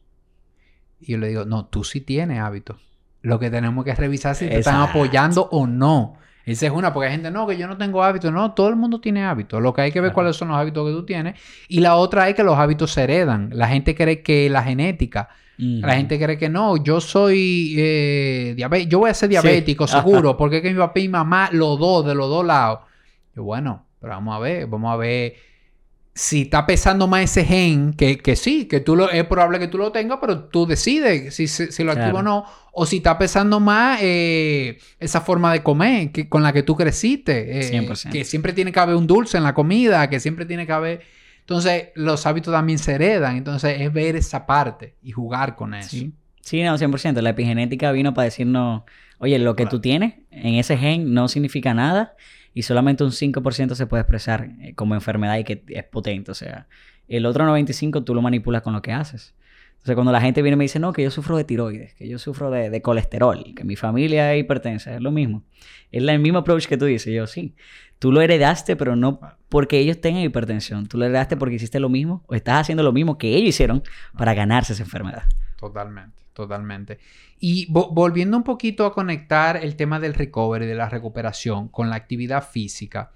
Y yo le digo, no, tú sí tienes hábitos. Lo que tenemos que revisar es si te están apoyando o no. Esa es una, porque hay gente, no, que yo no tengo hábitos. No, todo el mundo tiene hábitos. Lo que hay que ver Claro. cuáles son los hábitos que tú tienes. Y la otra es que los hábitos se heredan. La gente cree que la genética... Ujú. La gente cree que no, yo soy eh, diabético, yo voy a ser diabético, Sí. seguro, Ajá. porque es que mi papá y mi mamá, los dos, de los dos lados. Y bueno, pero vamos a ver, vamos a ver si está pesando más ese gen, que, que sí, que tú lo, es probable que tú lo tengas, pero tú decides si, si, si lo activa Claro. o no. O si está pesando más eh, esa forma de comer que, con la que tú creciste. Eh, cien por ciento. que siempre tiene que haber un dulce en la comida, que siempre tiene que haber... Entonces, los hábitos también se heredan. Entonces, es ver esa parte y jugar con eso. Sí. Sí, no, cien por ciento. La epigenética vino para decirnos, oye, lo que Claro. tú tienes en ese gen no significa nada y solamente un cinco por ciento se puede expresar eh, como enfermedad y que es potente. O sea, el otro noventa y cinco por ciento tú lo manipulas con lo que haces. Entonces, cuando la gente viene y me dice, no, que yo sufro de tiroides, que yo sufro de, de colesterol, que mi familia es hipertensa, es lo mismo. Es el mismo approach que tú dices. Yo, sí. Tú lo heredaste, pero no porque ellos tengan hipertensión. Tú lo heredaste porque hiciste lo mismo o estás haciendo lo mismo que ellos hicieron para ganarse esa enfermedad. Totalmente, totalmente. Y vo- volviendo un poquito a conectar el tema del recovery, de la recuperación con la actividad física.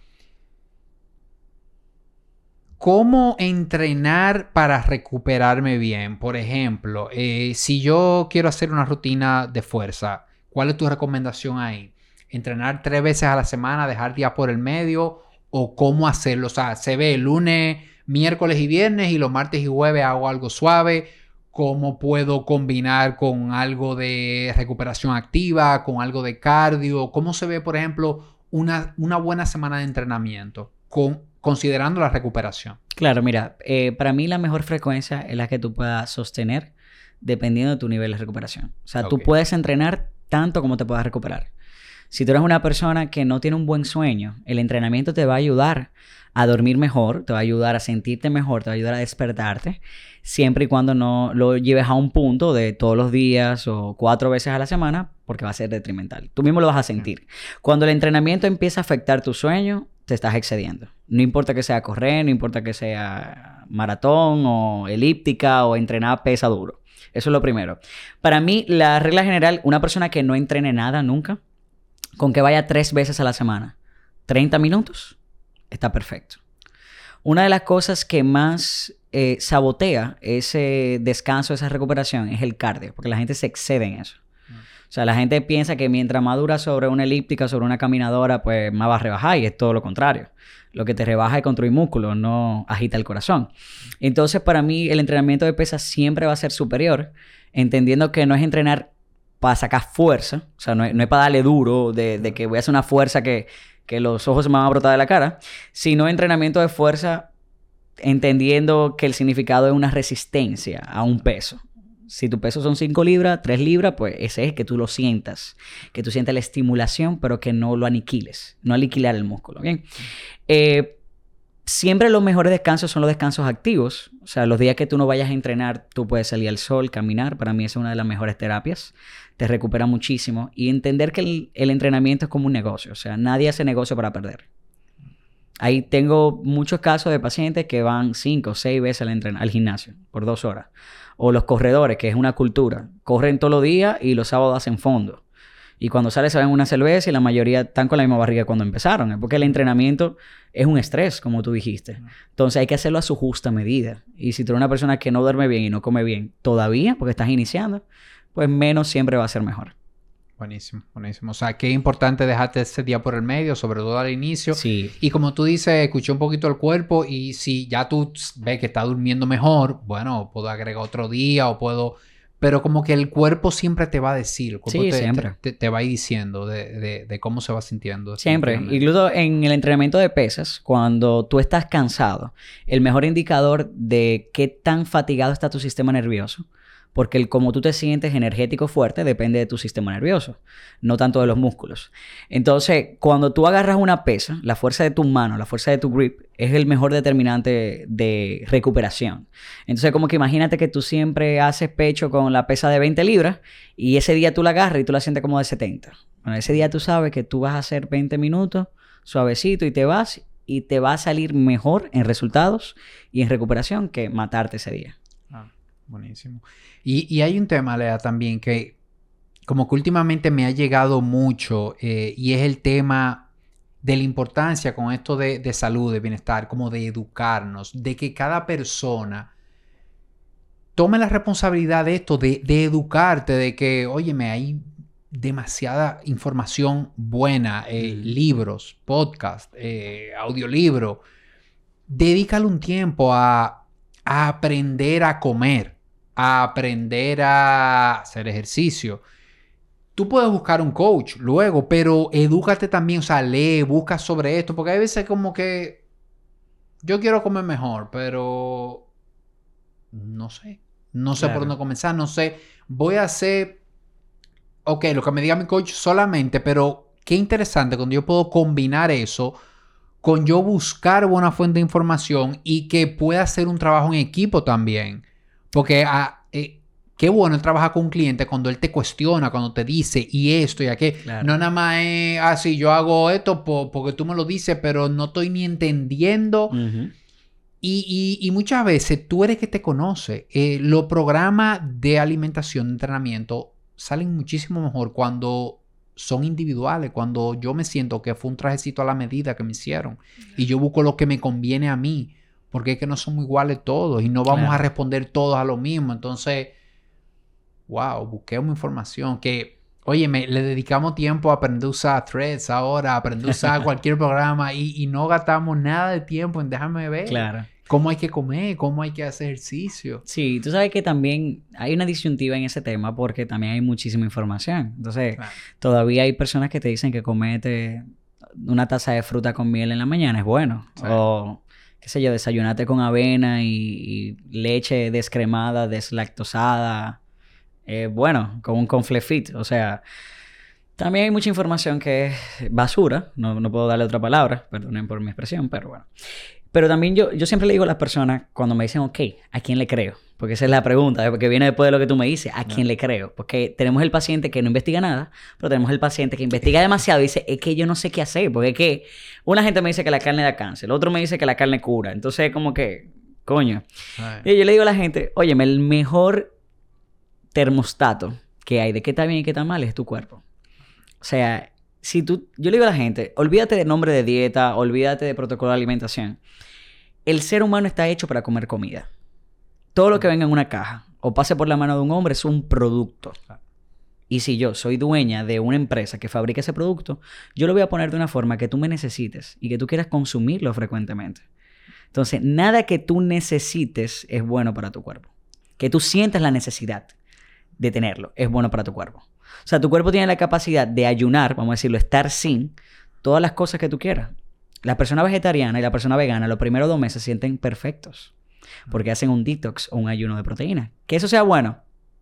¿Cómo entrenar para recuperarme bien? Por ejemplo, eh, si yo quiero hacer una rutina de fuerza, ¿cuál es tu recomendación ahí? ¿Entrenar tres veces a la semana, dejar días por el medio? ¿O cómo hacerlo? O sea, se ve lunes, miércoles y viernes y los martes y jueves hago algo suave. ¿Cómo puedo combinar con algo de recuperación activa, con algo de cardio? ¿Cómo se ve, por ejemplo, una, una buena semana de entrenamiento con, considerando la recuperación? Claro, mira, eh, para mí la mejor frecuencia es la que tú puedas sostener dependiendo de tu nivel de recuperación. O sea, tú Ok. puedes entrenar tanto como te puedas recuperar. Si tú eres una persona que no tiene un buen sueño, el entrenamiento te va a ayudar a dormir mejor, te va a ayudar a sentirte mejor, te va a ayudar a despertarte, siempre y cuando no lo lleves a un punto de todos los días o cuatro veces a la semana, porque va a ser detrimental. Tú mismo lo vas a sentir. Cuando el entrenamiento empieza a afectar tu sueño, te estás excediendo. No importa que sea correr, no importa que sea maratón o elíptica o entrenar pesa duro. Eso es lo primero. Para mí, la regla general, una persona que no entrene nada nunca, con que vaya tres veces a la semana, treinta minutos, está perfecto. Una de las cosas que más eh, sabotea ese descanso, esa recuperación, es el cardio, porque la gente se excede en eso. O sea, la gente piensa que mientras más dura sobre una elíptica, sobre una caminadora, pues más va a rebajar y es todo lo contrario. Lo que te rebaja es construir músculo, no agita el corazón. Entonces, para mí, el entrenamiento de pesas siempre va a ser superior, entendiendo que no es entrenar para sacar fuerza, o sea, no es, no es para darle duro, de, de que voy a hacer una fuerza que, que los ojos se me van a brotar de la cara, sino entrenamiento de fuerza entendiendo que el significado es una resistencia a un peso. Si tu peso son cinco libras, tres libras, pues ese es que tú lo sientas. Que tú sientas la estimulación, pero que no lo aniquiles. No aniquilar el músculo, ¿bien? Eh, siempre los mejores descansos son los descansos activos. O sea, los días que tú no vayas a entrenar, tú puedes salir al sol, caminar. Para mí es una de las mejores terapias. Te recupera muchísimo. Y entender que el, el entrenamiento es como un negocio. O sea, nadie hace negocio para perder. Ahí tengo muchos casos de pacientes que van cinco o seis veces al, entren- al gimnasio por dos horas. O los corredores, que es una cultura. Corren todos los días y los sábados hacen fondo. Y cuando sale se ven una cerveza y la mayoría están con la misma barriga cuando empezaron. Es porque el entrenamiento es un estrés, como tú dijiste. Entonces hay que hacerlo a su justa medida. Y si tú eres una persona que no duerme bien y no come bien todavía, porque estás iniciando, pues menos siempre va a ser mejor. Buenísimo, buenísimo. O sea, qué importante dejarte ese día por el medio, sobre todo al inicio. Sí. Y como tú dices, escuché un poquito el cuerpo y si ya tú ves que está durmiendo mejor, bueno, puedo agregar otro día o puedo... Pero como que el cuerpo siempre te va a decir, el cuerpo Sí, te, siempre. te, te va a ir diciendo de, de, de cómo se va sintiendo. Siempre. definitivamente. Incluso en el entrenamiento de pesas, cuando tú estás cansado, el mejor indicador de qué tan fatigado está tu sistema nervioso, porque el cómo tú te sientes energético fuerte depende de tu sistema nervioso, no tanto de los músculos. Entonces, cuando tú agarras una pesa, la fuerza de tus manos, la fuerza de tu grip, es el mejor determinante de recuperación. Entonces, como que imagínate que tú siempre haces pecho con la pesa de veinte libras y ese día tú la agarras y tú la sientes como de setenta. Bueno, ese día tú sabes que tú vas a hacer veinte minutos suavecito y te vas y te va a salir mejor en resultados y en recuperación que matarte ese día. Ah, buenísimo. Y, y hay un tema, Lea, también que como que últimamente me ha llegado mucho eh, y es el tema de la importancia con esto de, de salud, de bienestar, como de educarnos, de que cada persona tome la responsabilidad de esto, de, de educarte, de que, óyeme, hay demasiada información buena, eh, mm. libros, podcast, eh, audiolibro. Dedícale un tiempo a, a aprender a comer, a aprender a hacer ejercicio. Tú puedes buscar un coach luego, pero edúcate también, o sea, lee, busca sobre esto, porque hay veces como que yo quiero comer mejor, pero no sé, no sé claro. por dónde comenzar, no sé, voy a hacer, ok, lo que me diga mi coach solamente, pero qué interesante cuando yo puedo combinar eso con yo buscar buena fuente de información y que pueda hacer un trabajo en equipo también, porque a, eh, qué bueno él trabaja con un cliente cuando él te cuestiona, cuando te dice y esto y aquello. Claro. No nada más es, ah, sí, yo hago esto por, porque tú me lo dices, pero no estoy ni entendiendo. Uh-huh. Y, y, y muchas veces tú eres que te conoce. Eh, los programas de alimentación, de entrenamiento, salen muchísimo mejor cuando son individuales, cuando yo me siento que fue un trajecito a la medida que me hicieron. Uh-huh. Y yo busco lo que me conviene a mí, porque es que no somos iguales todos y no vamos claro. a responder todos a lo mismo. Entonces... wow, busquemos información que, óyeme, le dedicamos tiempo a aprender a usar Threads ahora, a aprender a usar cualquier programa y, y no gastamos nada de tiempo en déjame ver claro. cómo hay que comer, cómo hay que hacer ejercicio. Sí, tú sabes que también hay una disyuntiva en ese tema porque también hay muchísima información. Entonces, claro. todavía hay personas que te dicen que comete una taza de fruta con miel en la mañana es bueno. Sí. O... qué sé yo, desayunate con avena y, y leche descremada, deslactosada. Eh, bueno, con un conflefit. O sea, también hay mucha información que es basura. No, no puedo darle otra palabra. Perdonen por mi expresión, pero bueno. Pero también yo, yo siempre le digo a las personas cuando me dicen, ok, ¿a quién le creo? Porque esa es la pregunta, porque viene después de lo que tú me dices. ¿A quién no. le creo? Porque tenemos el paciente que no investiga nada, pero tenemos el paciente que investiga demasiado y dice, es que yo no sé qué hacer. Porque es que una gente me dice que la carne da cáncer, el otro me dice que la carne cura. Entonces, como que, coño. Ay. Y yo le digo a la gente, óyeme, el mejor termostato que hay de qué está bien y qué está mal es tu cuerpo. O sea, si tú... yo le digo a la gente, olvídate del nombre de dieta, olvídate de protocolo de alimentación. El ser humano está hecho para comer comida. Todo lo que venga en una caja o pase por la mano de un hombre es un producto. Y si yo soy dueña de una empresa que fabrica ese producto, yo lo voy a poner de una forma que tú me necesites y que tú quieras consumirlo frecuentemente. Entonces, nada que tú necesites es bueno para tu cuerpo. Que tú sientas la necesidad de tenerlo es bueno para tu cuerpo. O sea, tu cuerpo tiene la capacidad de ayunar, vamos a decirlo, estar sin todas las cosas que tú quieras. La persona vegetariana y la persona vegana los primeros dos meses se sienten perfectos porque hacen un detox o un ayuno de proteínas. ¿Que eso sea bueno?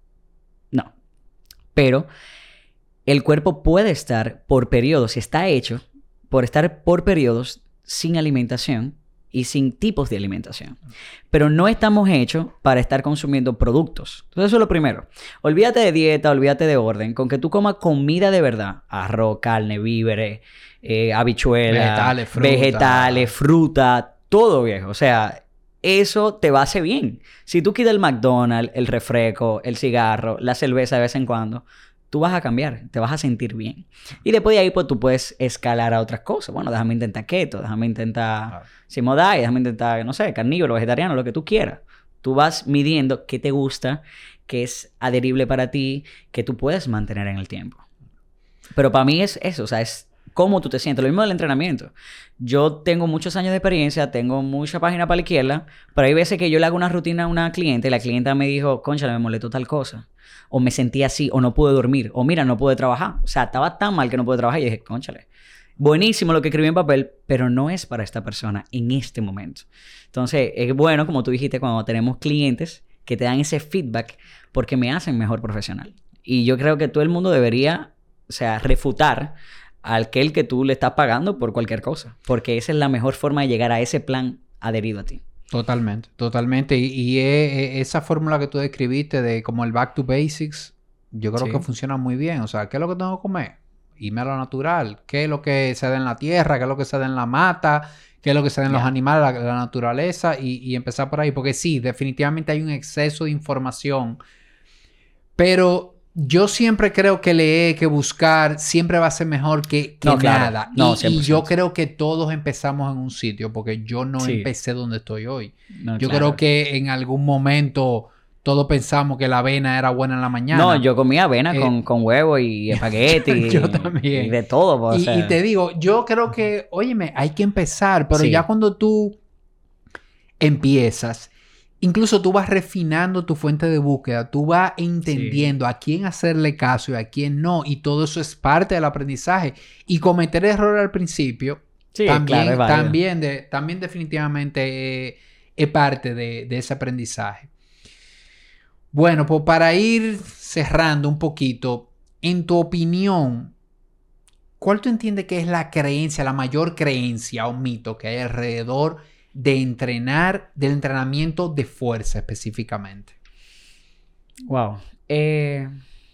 No. Pero el cuerpo puede estar por periodos, si está hecho, por estar por periodos sin alimentación y sin tipos de alimentación. Pero no estamos hechos para estar consumiendo productos. Entonces eso es lo primero. Olvídate de dieta, olvídate de orden. Con que tú comas comida de verdad. Arroz, carne, víveres, eh, habichuelas, vegetales, fruta. vegetales, fruta, todo viejo. O sea, eso te va a hacer bien. Si tú quitas el McDonald's, el refresco, el cigarro, la cerveza de vez en cuando, tú vas a cambiar, te vas a sentir bien. Y después de ahí, pues, tú puedes escalar a otras cosas. Bueno, déjame intentar keto, déjame intentar claro. simodai, déjame intentar, no sé, carnívoro, vegetariano, lo que tú quieras. Tú vas midiendo qué te gusta, qué es adherible para ti, que tú puedes mantener en el tiempo. Pero para mí es eso, o sea, es cómo tú te sientes. Lo mismo del entrenamiento. Yo tengo muchos años de experiencia, tengo mucha página para la izquierda, pero hay veces que yo le hago una rutina a una cliente y la clienta me dijo, concha, me molestó tal cosa. O me sentí así, o no pude dormir, o mira, no pude trabajar. O sea, estaba tan mal que no pude trabajar y dije, cónchale, buenísimo lo que escribí en papel, pero no es para esta persona en este momento. Entonces, es bueno, como tú dijiste, cuando tenemos clientes que te dan ese feedback porque me hacen mejor profesional. Y yo creo que todo el mundo debería, o sea, refutar a aquel que tú le estás pagando por cualquier cosa. Porque esa es la mejor forma de llegar a ese plan adherido a ti. Totalmente, totalmente. Y, y es, esa fórmula que tú describiste de como el back to basics, yo creo sí. que funciona muy bien. O sea, ¿qué es lo que tengo que comer? Irme a lo natural. ¿Qué es lo que se da en la tierra? ¿Qué es lo que se da en la mata? ¿Qué es lo que se da en yeah. los animales? La, la naturaleza. Y, y empezar por ahí. Porque sí, definitivamente hay un exceso de información. Pero yo siempre creo que leer, que buscar, siempre va a ser mejor que, que no, claro. nada. No, y, y yo creo que todos empezamos en un sitio, porque yo no sí. empecé donde estoy hoy. No, yo claro. creo que en algún momento todos pensamos que la avena era buena en la mañana. No, yo comía avena eh, con, con huevo y espagueti. Yo también. Y de todo. Pues, y, o sea. y te digo, yo creo que, óyeme, hay que empezar, pero sí. ya cuando tú empiezas... Incluso tú vas refinando tu fuente de búsqueda, tú vas entendiendo sí. a quién hacerle caso y a quién no, y todo eso es parte del aprendizaje. Y cometer error al principio sí, también, claro, también, de, también definitivamente eh, es parte de, de ese aprendizaje. Bueno, pues para ir cerrando un poquito, en tu opinión, ¿cuál tú entiendes que es la creencia, la mayor creencia o mito que hay alrededor de entrenar, del entrenamiento de fuerza específicamente? Wow. Eh,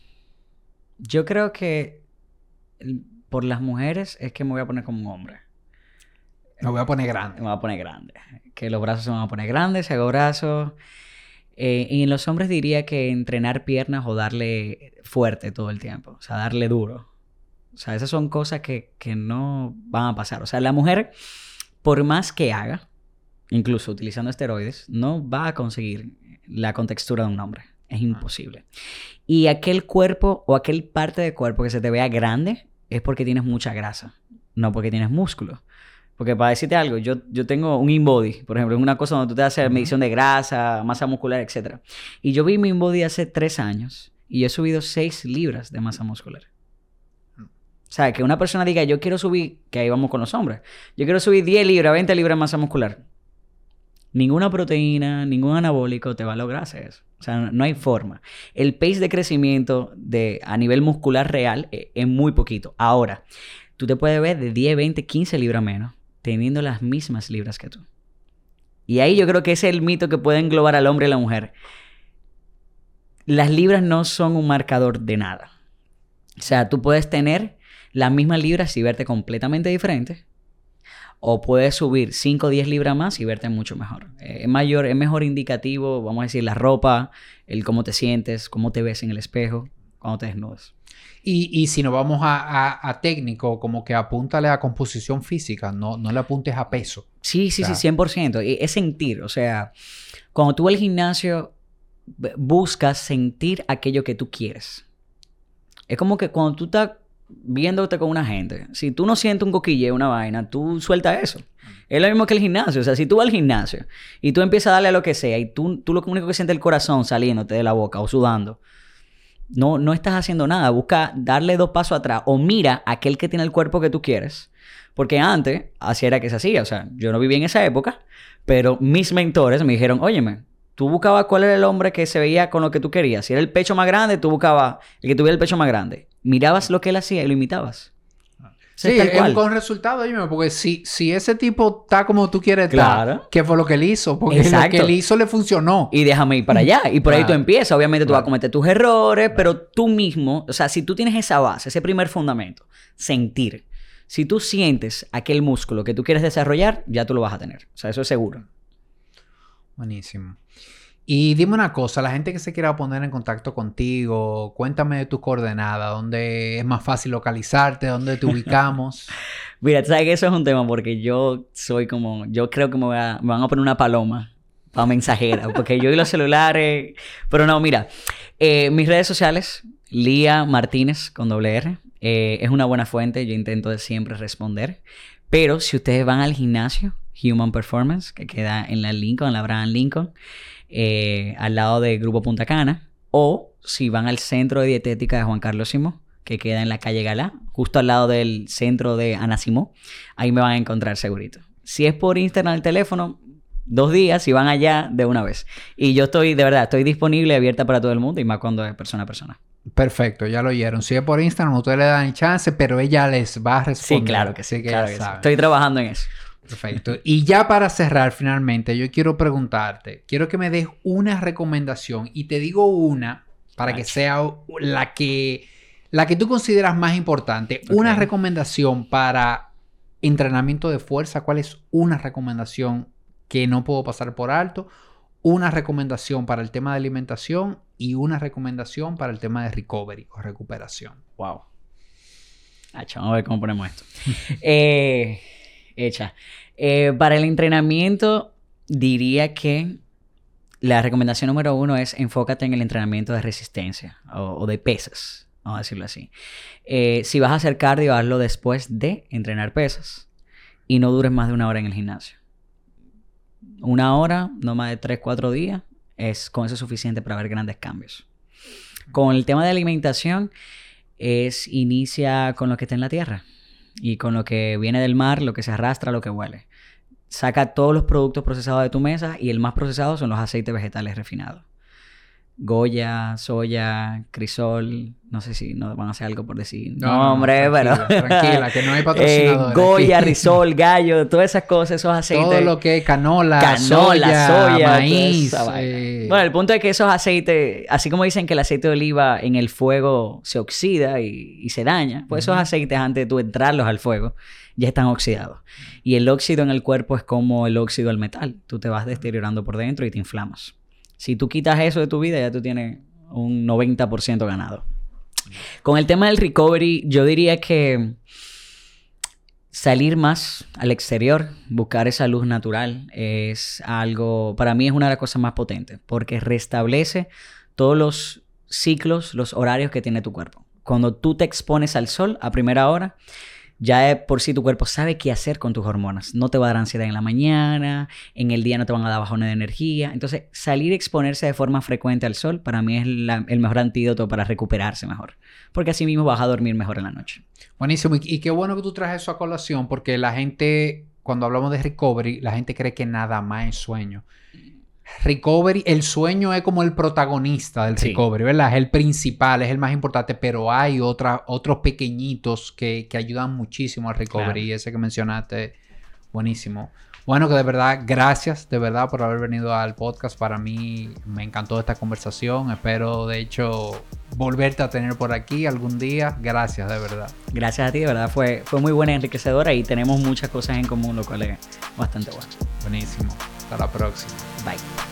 yo creo que por las mujeres es que me voy a poner como un hombre. Me voy a poner grande. Me voy a poner grande. Que los brazos se van a poner grandes, se hago brazos. Eh, y en los hombres diría que entrenar piernas o darle fuerte todo el tiempo. O sea, darle duro. O sea, esas son cosas que, que no van a pasar. O sea, la mujer, por más que haga, incluso utilizando esteroides, no va a conseguir la contextura de un hombre. Es imposible. Y aquel cuerpo o aquel parte del cuerpo que se te vea grande es porque tienes mucha grasa, no porque tienes músculo. Porque para decirte algo, yo, yo tengo un InBody, por ejemplo, es una cosa donde tú te haces medición de grasa, masa muscular, etcétera. Y yo vi mi InBody hace tres años y he subido seis libras de masa muscular. O sea, que una persona diga, yo quiero subir, que ahí vamos con los hombres, yo quiero subir diez libras, veinte libras de masa muscular. Ninguna proteína, ningún anabólico te va a lograr hacer eso. O sea, no, no hay forma. El pace de crecimiento de, a nivel muscular real es, es muy poquito. Ahora, tú te puedes ver de diez, veinte, quince libras menos teniendo las mismas libras que tú. Y ahí yo creo que ese es el mito que puede englobar al hombre y a la mujer. Las libras no son un marcador de nada. O sea, tú puedes tener las mismas libras y verte completamente diferente. O puedes subir cinco o diez libras más y verte mucho mejor. Eh, es mayor, es mejor indicativo, vamos a decir, la ropa, el cómo te sientes, cómo te ves en el espejo, cuando te desnudas. Y, y si nos vamos a, a, a técnico, como que apúntale a composición física, no, no le apuntes a peso. Sí, sí, o sea, sí, cien por ciento. Es sentir, o sea, cuando tú vas al gimnasio, buscas sentir aquello que tú quieres. Es como que cuando tú estás viéndote con una gente, si tú no sientes un coquilleo, una vaina, tú sueltas eso. Es lo mismo que el gimnasio. O sea, si tú vas al gimnasio y tú empiezas a darle a lo que sea y tú, tú lo único que sientes es el corazón saliéndote de la boca o sudando, no, no estás haciendo nada. Busca darle dos pasos atrás o mira a aquel que tiene el cuerpo que tú quieres. Porque antes, así era que se hacía. O sea, yo no viví en esa época, pero mis mentores me dijeron, óyeme, tú buscabas cuál era el hombre que se veía con lo que tú querías. Si era el pecho más grande, tú buscabas el que tuviera el pecho más grande. Mirabas lo que él hacía y lo imitabas. Sí, es con resultado, dime, porque si, si ese tipo está como tú quieres estar, claro. ¿Qué fue lo que él hizo? Porque Exacto. Lo que él hizo le funcionó. Y déjame ir para allá. Y por claro. ahí tú empiezas. Obviamente tú claro. vas a cometer tus errores, claro. pero tú mismo, o sea, si tú tienes esa base, ese primer fundamento, sentir. Si tú sientes aquel músculo que tú quieres desarrollar, ya tú lo vas a tener. O sea, eso es seguro. Buenísimo. Y dime una cosa, la gente que se quiera poner en contacto contigo, cuéntame de tus coordenadas, dónde es más fácil localizarte, dónde te ubicamos. Mira, tú sabes que eso es un tema porque yo soy como, yo creo que me, voy a, me van a poner una paloma para mensajera, porque yo y los celulares, pero no, mira, eh, mis redes sociales, Lía Martínez con doble R, eh, es una buena fuente, yo intento siempre responder, pero si ustedes van al gimnasio, Human Performance, que queda en la Lincoln, en la Abraham Lincoln, Eh, al lado del Grupo Punta Cana, o si van al Centro de Dietética de Juan Carlos Simó, que queda en la calle Galá, justo al lado del centro de Ana Simó, ahí me van a encontrar segurito. Si es por Instagram el teléfono, dos días, si van allá, de una vez. Y yo estoy, de verdad, estoy disponible, abierta para todo el mundo, y más cuando es persona a persona. Perfecto, ya lo oyeron. Si es por Instagram, ustedes le dan el chance, pero ella les va a responder. Sí, claro que sí, que claro que sí. Estoy trabajando en eso. Perfecto. Y ya para cerrar finalmente, yo quiero preguntarte, quiero que me des una recomendación y te digo una para Ay. que sea la que, la que tú consideras más importante. Okay. Una recomendación para entrenamiento de fuerza. ¿Cuál es una recomendación que no puedo pasar por alto? una recomendación para el tema de alimentación y una recomendación para el tema de recovery o recuperación. Wow. Acha, vamos a ver cómo ponemos esto. eh, hecha. Eh, para el entrenamiento, diría que la recomendación número uno es enfócate en el entrenamiento de resistencia o, o de pesas, vamos a decirlo así. Eh, si vas a hacer cardio, hazlo después de entrenar pesas y no dures más de una hora en el gimnasio. Una hora, no más de tres, cuatro días, es con eso suficiente para ver grandes cambios. Con el tema de alimentación, es inicia con lo que está en la tierra y con lo que viene del mar, lo que se arrastra, lo que huele. Saca todos los productos procesados de tu mesa y el más procesado son los aceites vegetales refinados. Goya, soya, crisol, no sé si nos van a hacer algo por decir. No, no hombre, no, tranquila, pero... tranquila, que no hay patrocinadores. Eh, Goya, risol, gallo, todas esas cosas, esos aceites. Todo lo que es canola, canola soya, soya, maíz. Eh... Bueno, el punto es que esos aceites, así como dicen que el aceite de oliva en el fuego se oxida y, y se daña, pues uh-huh. esos aceites antes de tú entrarlos al fuego ya están oxidados. Y el óxido en el cuerpo es como el óxido al metal. Tú te vas deteriorando por dentro y te inflamas. Si tú quitas eso de tu vida, ya tú tienes un noventa por ciento ganado. Con el tema del recovery, yo diría que salir más al exterior, buscar esa luz natural, es algo, para mí es una de las cosas más potentes, porque restablece todos los ciclos, los horarios que tiene tu cuerpo. Cuando tú te expones al sol a primera hora, ya por sí tu cuerpo sabe qué hacer con tus hormonas. No te va a dar ansiedad en la mañana, en el día no te van a dar bajones de energía. Entonces, salir y exponerse de forma frecuente al sol para mí es la, el mejor antídoto para recuperarse mejor. Porque así mismo vas a dormir mejor en la noche. Buenísimo. Y, y qué bueno que tú traes eso a colación, porque la gente, cuando hablamos de recovery, la gente cree que nada más es sueño. Recovery, el sueño es como el protagonista del sí. recovery, ¿verdad? Es el principal, es el más importante, pero hay otra, otros pequeñitos que, que ayudan muchísimo al recovery. Claro. Y ese que mencionaste, buenísimo. Bueno, que de verdad, gracias de verdad por haber venido al podcast. Para mí me encantó esta conversación. Espero, de hecho, volverte a tener por aquí algún día. Gracias, de verdad. Gracias a ti, de verdad. Fue, fue muy buena y enriquecedora y tenemos muchas cosas en común, lo cual es bastante bueno. Buenísimo. Hasta la próxima. Bye.